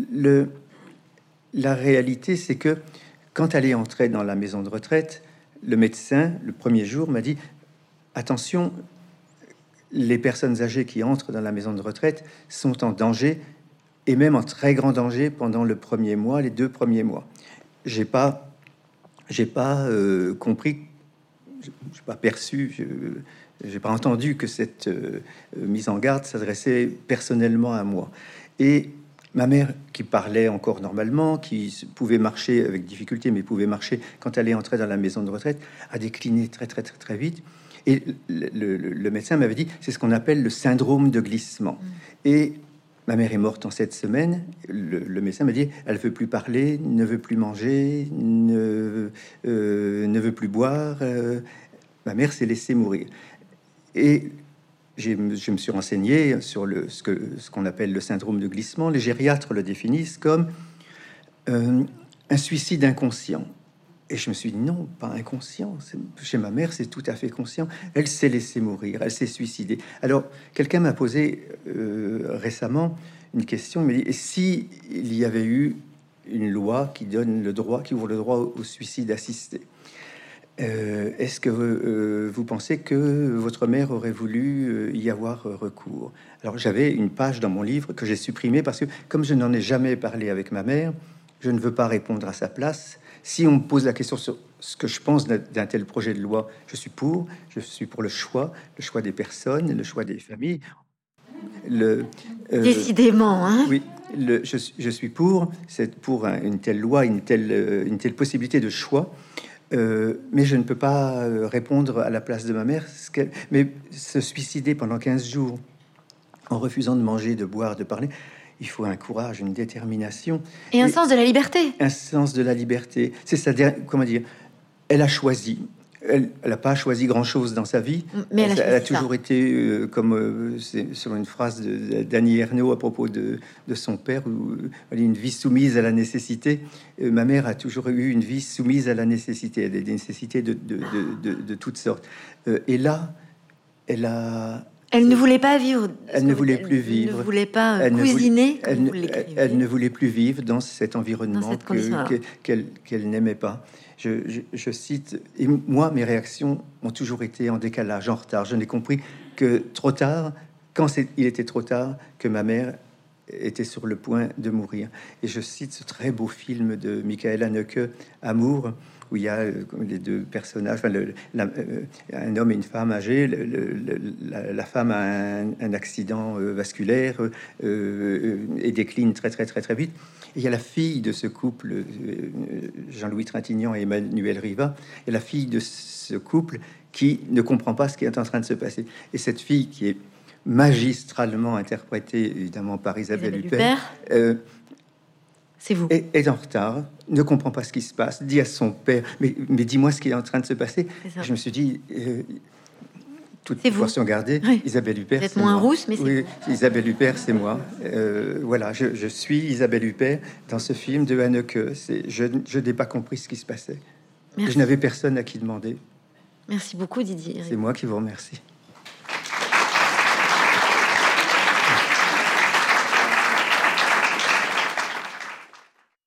La réalité, c'est que quand elle est entrée dans la maison de retraite, le médecin, le premier jour, m'a dit « Attention, les personnes âgées qui entrent dans la maison de retraite sont en danger, et même en très grand danger pendant le premier mois, les 2 premiers mois. » J'ai pas compris, j'ai pas perçu, j'ai pas entendu que cette mise en garde s'adressait personnellement à moi. Et ma mère, qui parlait encore normalement, qui pouvait marcher avec difficulté, mais pouvait marcher quand elle est entrée dans la maison de retraite, a décliné très vite. Et le médecin m'avait dit, c'est ce qu'on appelle le syndrome de glissement. Et ma mère est morte en 7 semaines. Le médecin m'a dit, elle veut plus parler, ne veut plus manger, ne veut plus boire. Ma mère s'est laissée mourir. Et je me suis renseigné sur ce qu'on appelle le syndrome de glissement. Les gériatres le définissent comme un suicide inconscient. Et je me suis dit, non, pas inconscient. Chez ma mère, c'est tout à fait conscient. Elle s'est laissée mourir, elle s'est suicidée. Alors, quelqu'un m'a posé récemment une question. Il m'a dit, et si il y avait eu une loi qui donne le droit, qui ouvre le droit au suicide assisté, est-ce que vous pensez que votre mère aurait voulu y avoir recours? Alors, j'avais une page dans mon livre que j'ai supprimée parce que, comme je n'en ai jamais parlé avec ma mère, je ne veux pas répondre à sa place. Si on me pose la question sur ce que je pense d'un tel projet de loi, je suis pour le choix des personnes, le choix des familles. Décidément, hein. Oui, je suis pour une telle loi, une telle possibilité de choix. Mais je ne peux pas répondre à la place de ma mère. Mais se suicider pendant 15 jours en refusant de manger, de boire, de parler, il faut un courage, une détermination. Et un sens de la liberté. Un sens de la liberté. C'est ça, comment dire, elle a choisi. Elle n'a pas choisi grand-chose dans sa vie. Mais elle a toujours été, c'est selon une phrase d'Annie Ernaux à propos de son père, où elle dit, une vie soumise à la nécessité. Ma mère a toujours eu une vie soumise à la nécessité, à des nécessités de toutes sortes. Et là, elle a Elle ne voulait pas vivre. Elle ne voulait plus vivre. Elle ne voulait pas cuisiner. Elle ne voulait plus vivre dans cet environnement qu'elle n'aimait pas. Je cite, et moi, mes réactions ont toujours été en décalage, en retard. Je n'ai compris que trop tard, il était trop tard, que ma mère était sur le point de mourir. Et je cite ce très beau film de Michael Haneke, Amour, où il y a les deux personnages, un homme et une femme âgés. La femme a un accident vasculaire et décline très vite. Et il y a la fille de ce couple, Jean-Louis Trintignant et Emmanuel Riva, et la fille de ce couple qui ne comprend pas ce qui est en train de se passer. Et cette fille qui est magistralement interprétée, évidemment, par Isabelle Huppert, c'est vous. Est en retard, ne comprend pas ce qui se passe, dit à son père, mais dis-moi ce qui est en train de se passer. Je me suis dit, toute proportion gardée, oui. Isabelle Huppert, c'est moins rousse, mais oui, Isabelle Huppert, c'est moi. Voilà, je suis Isabelle Huppert dans ce film de Haneke. Je n'ai pas compris ce qui se passait. Je n'avais personne à qui demander. Merci beaucoup, Didier. C'est moi qui vous remercie.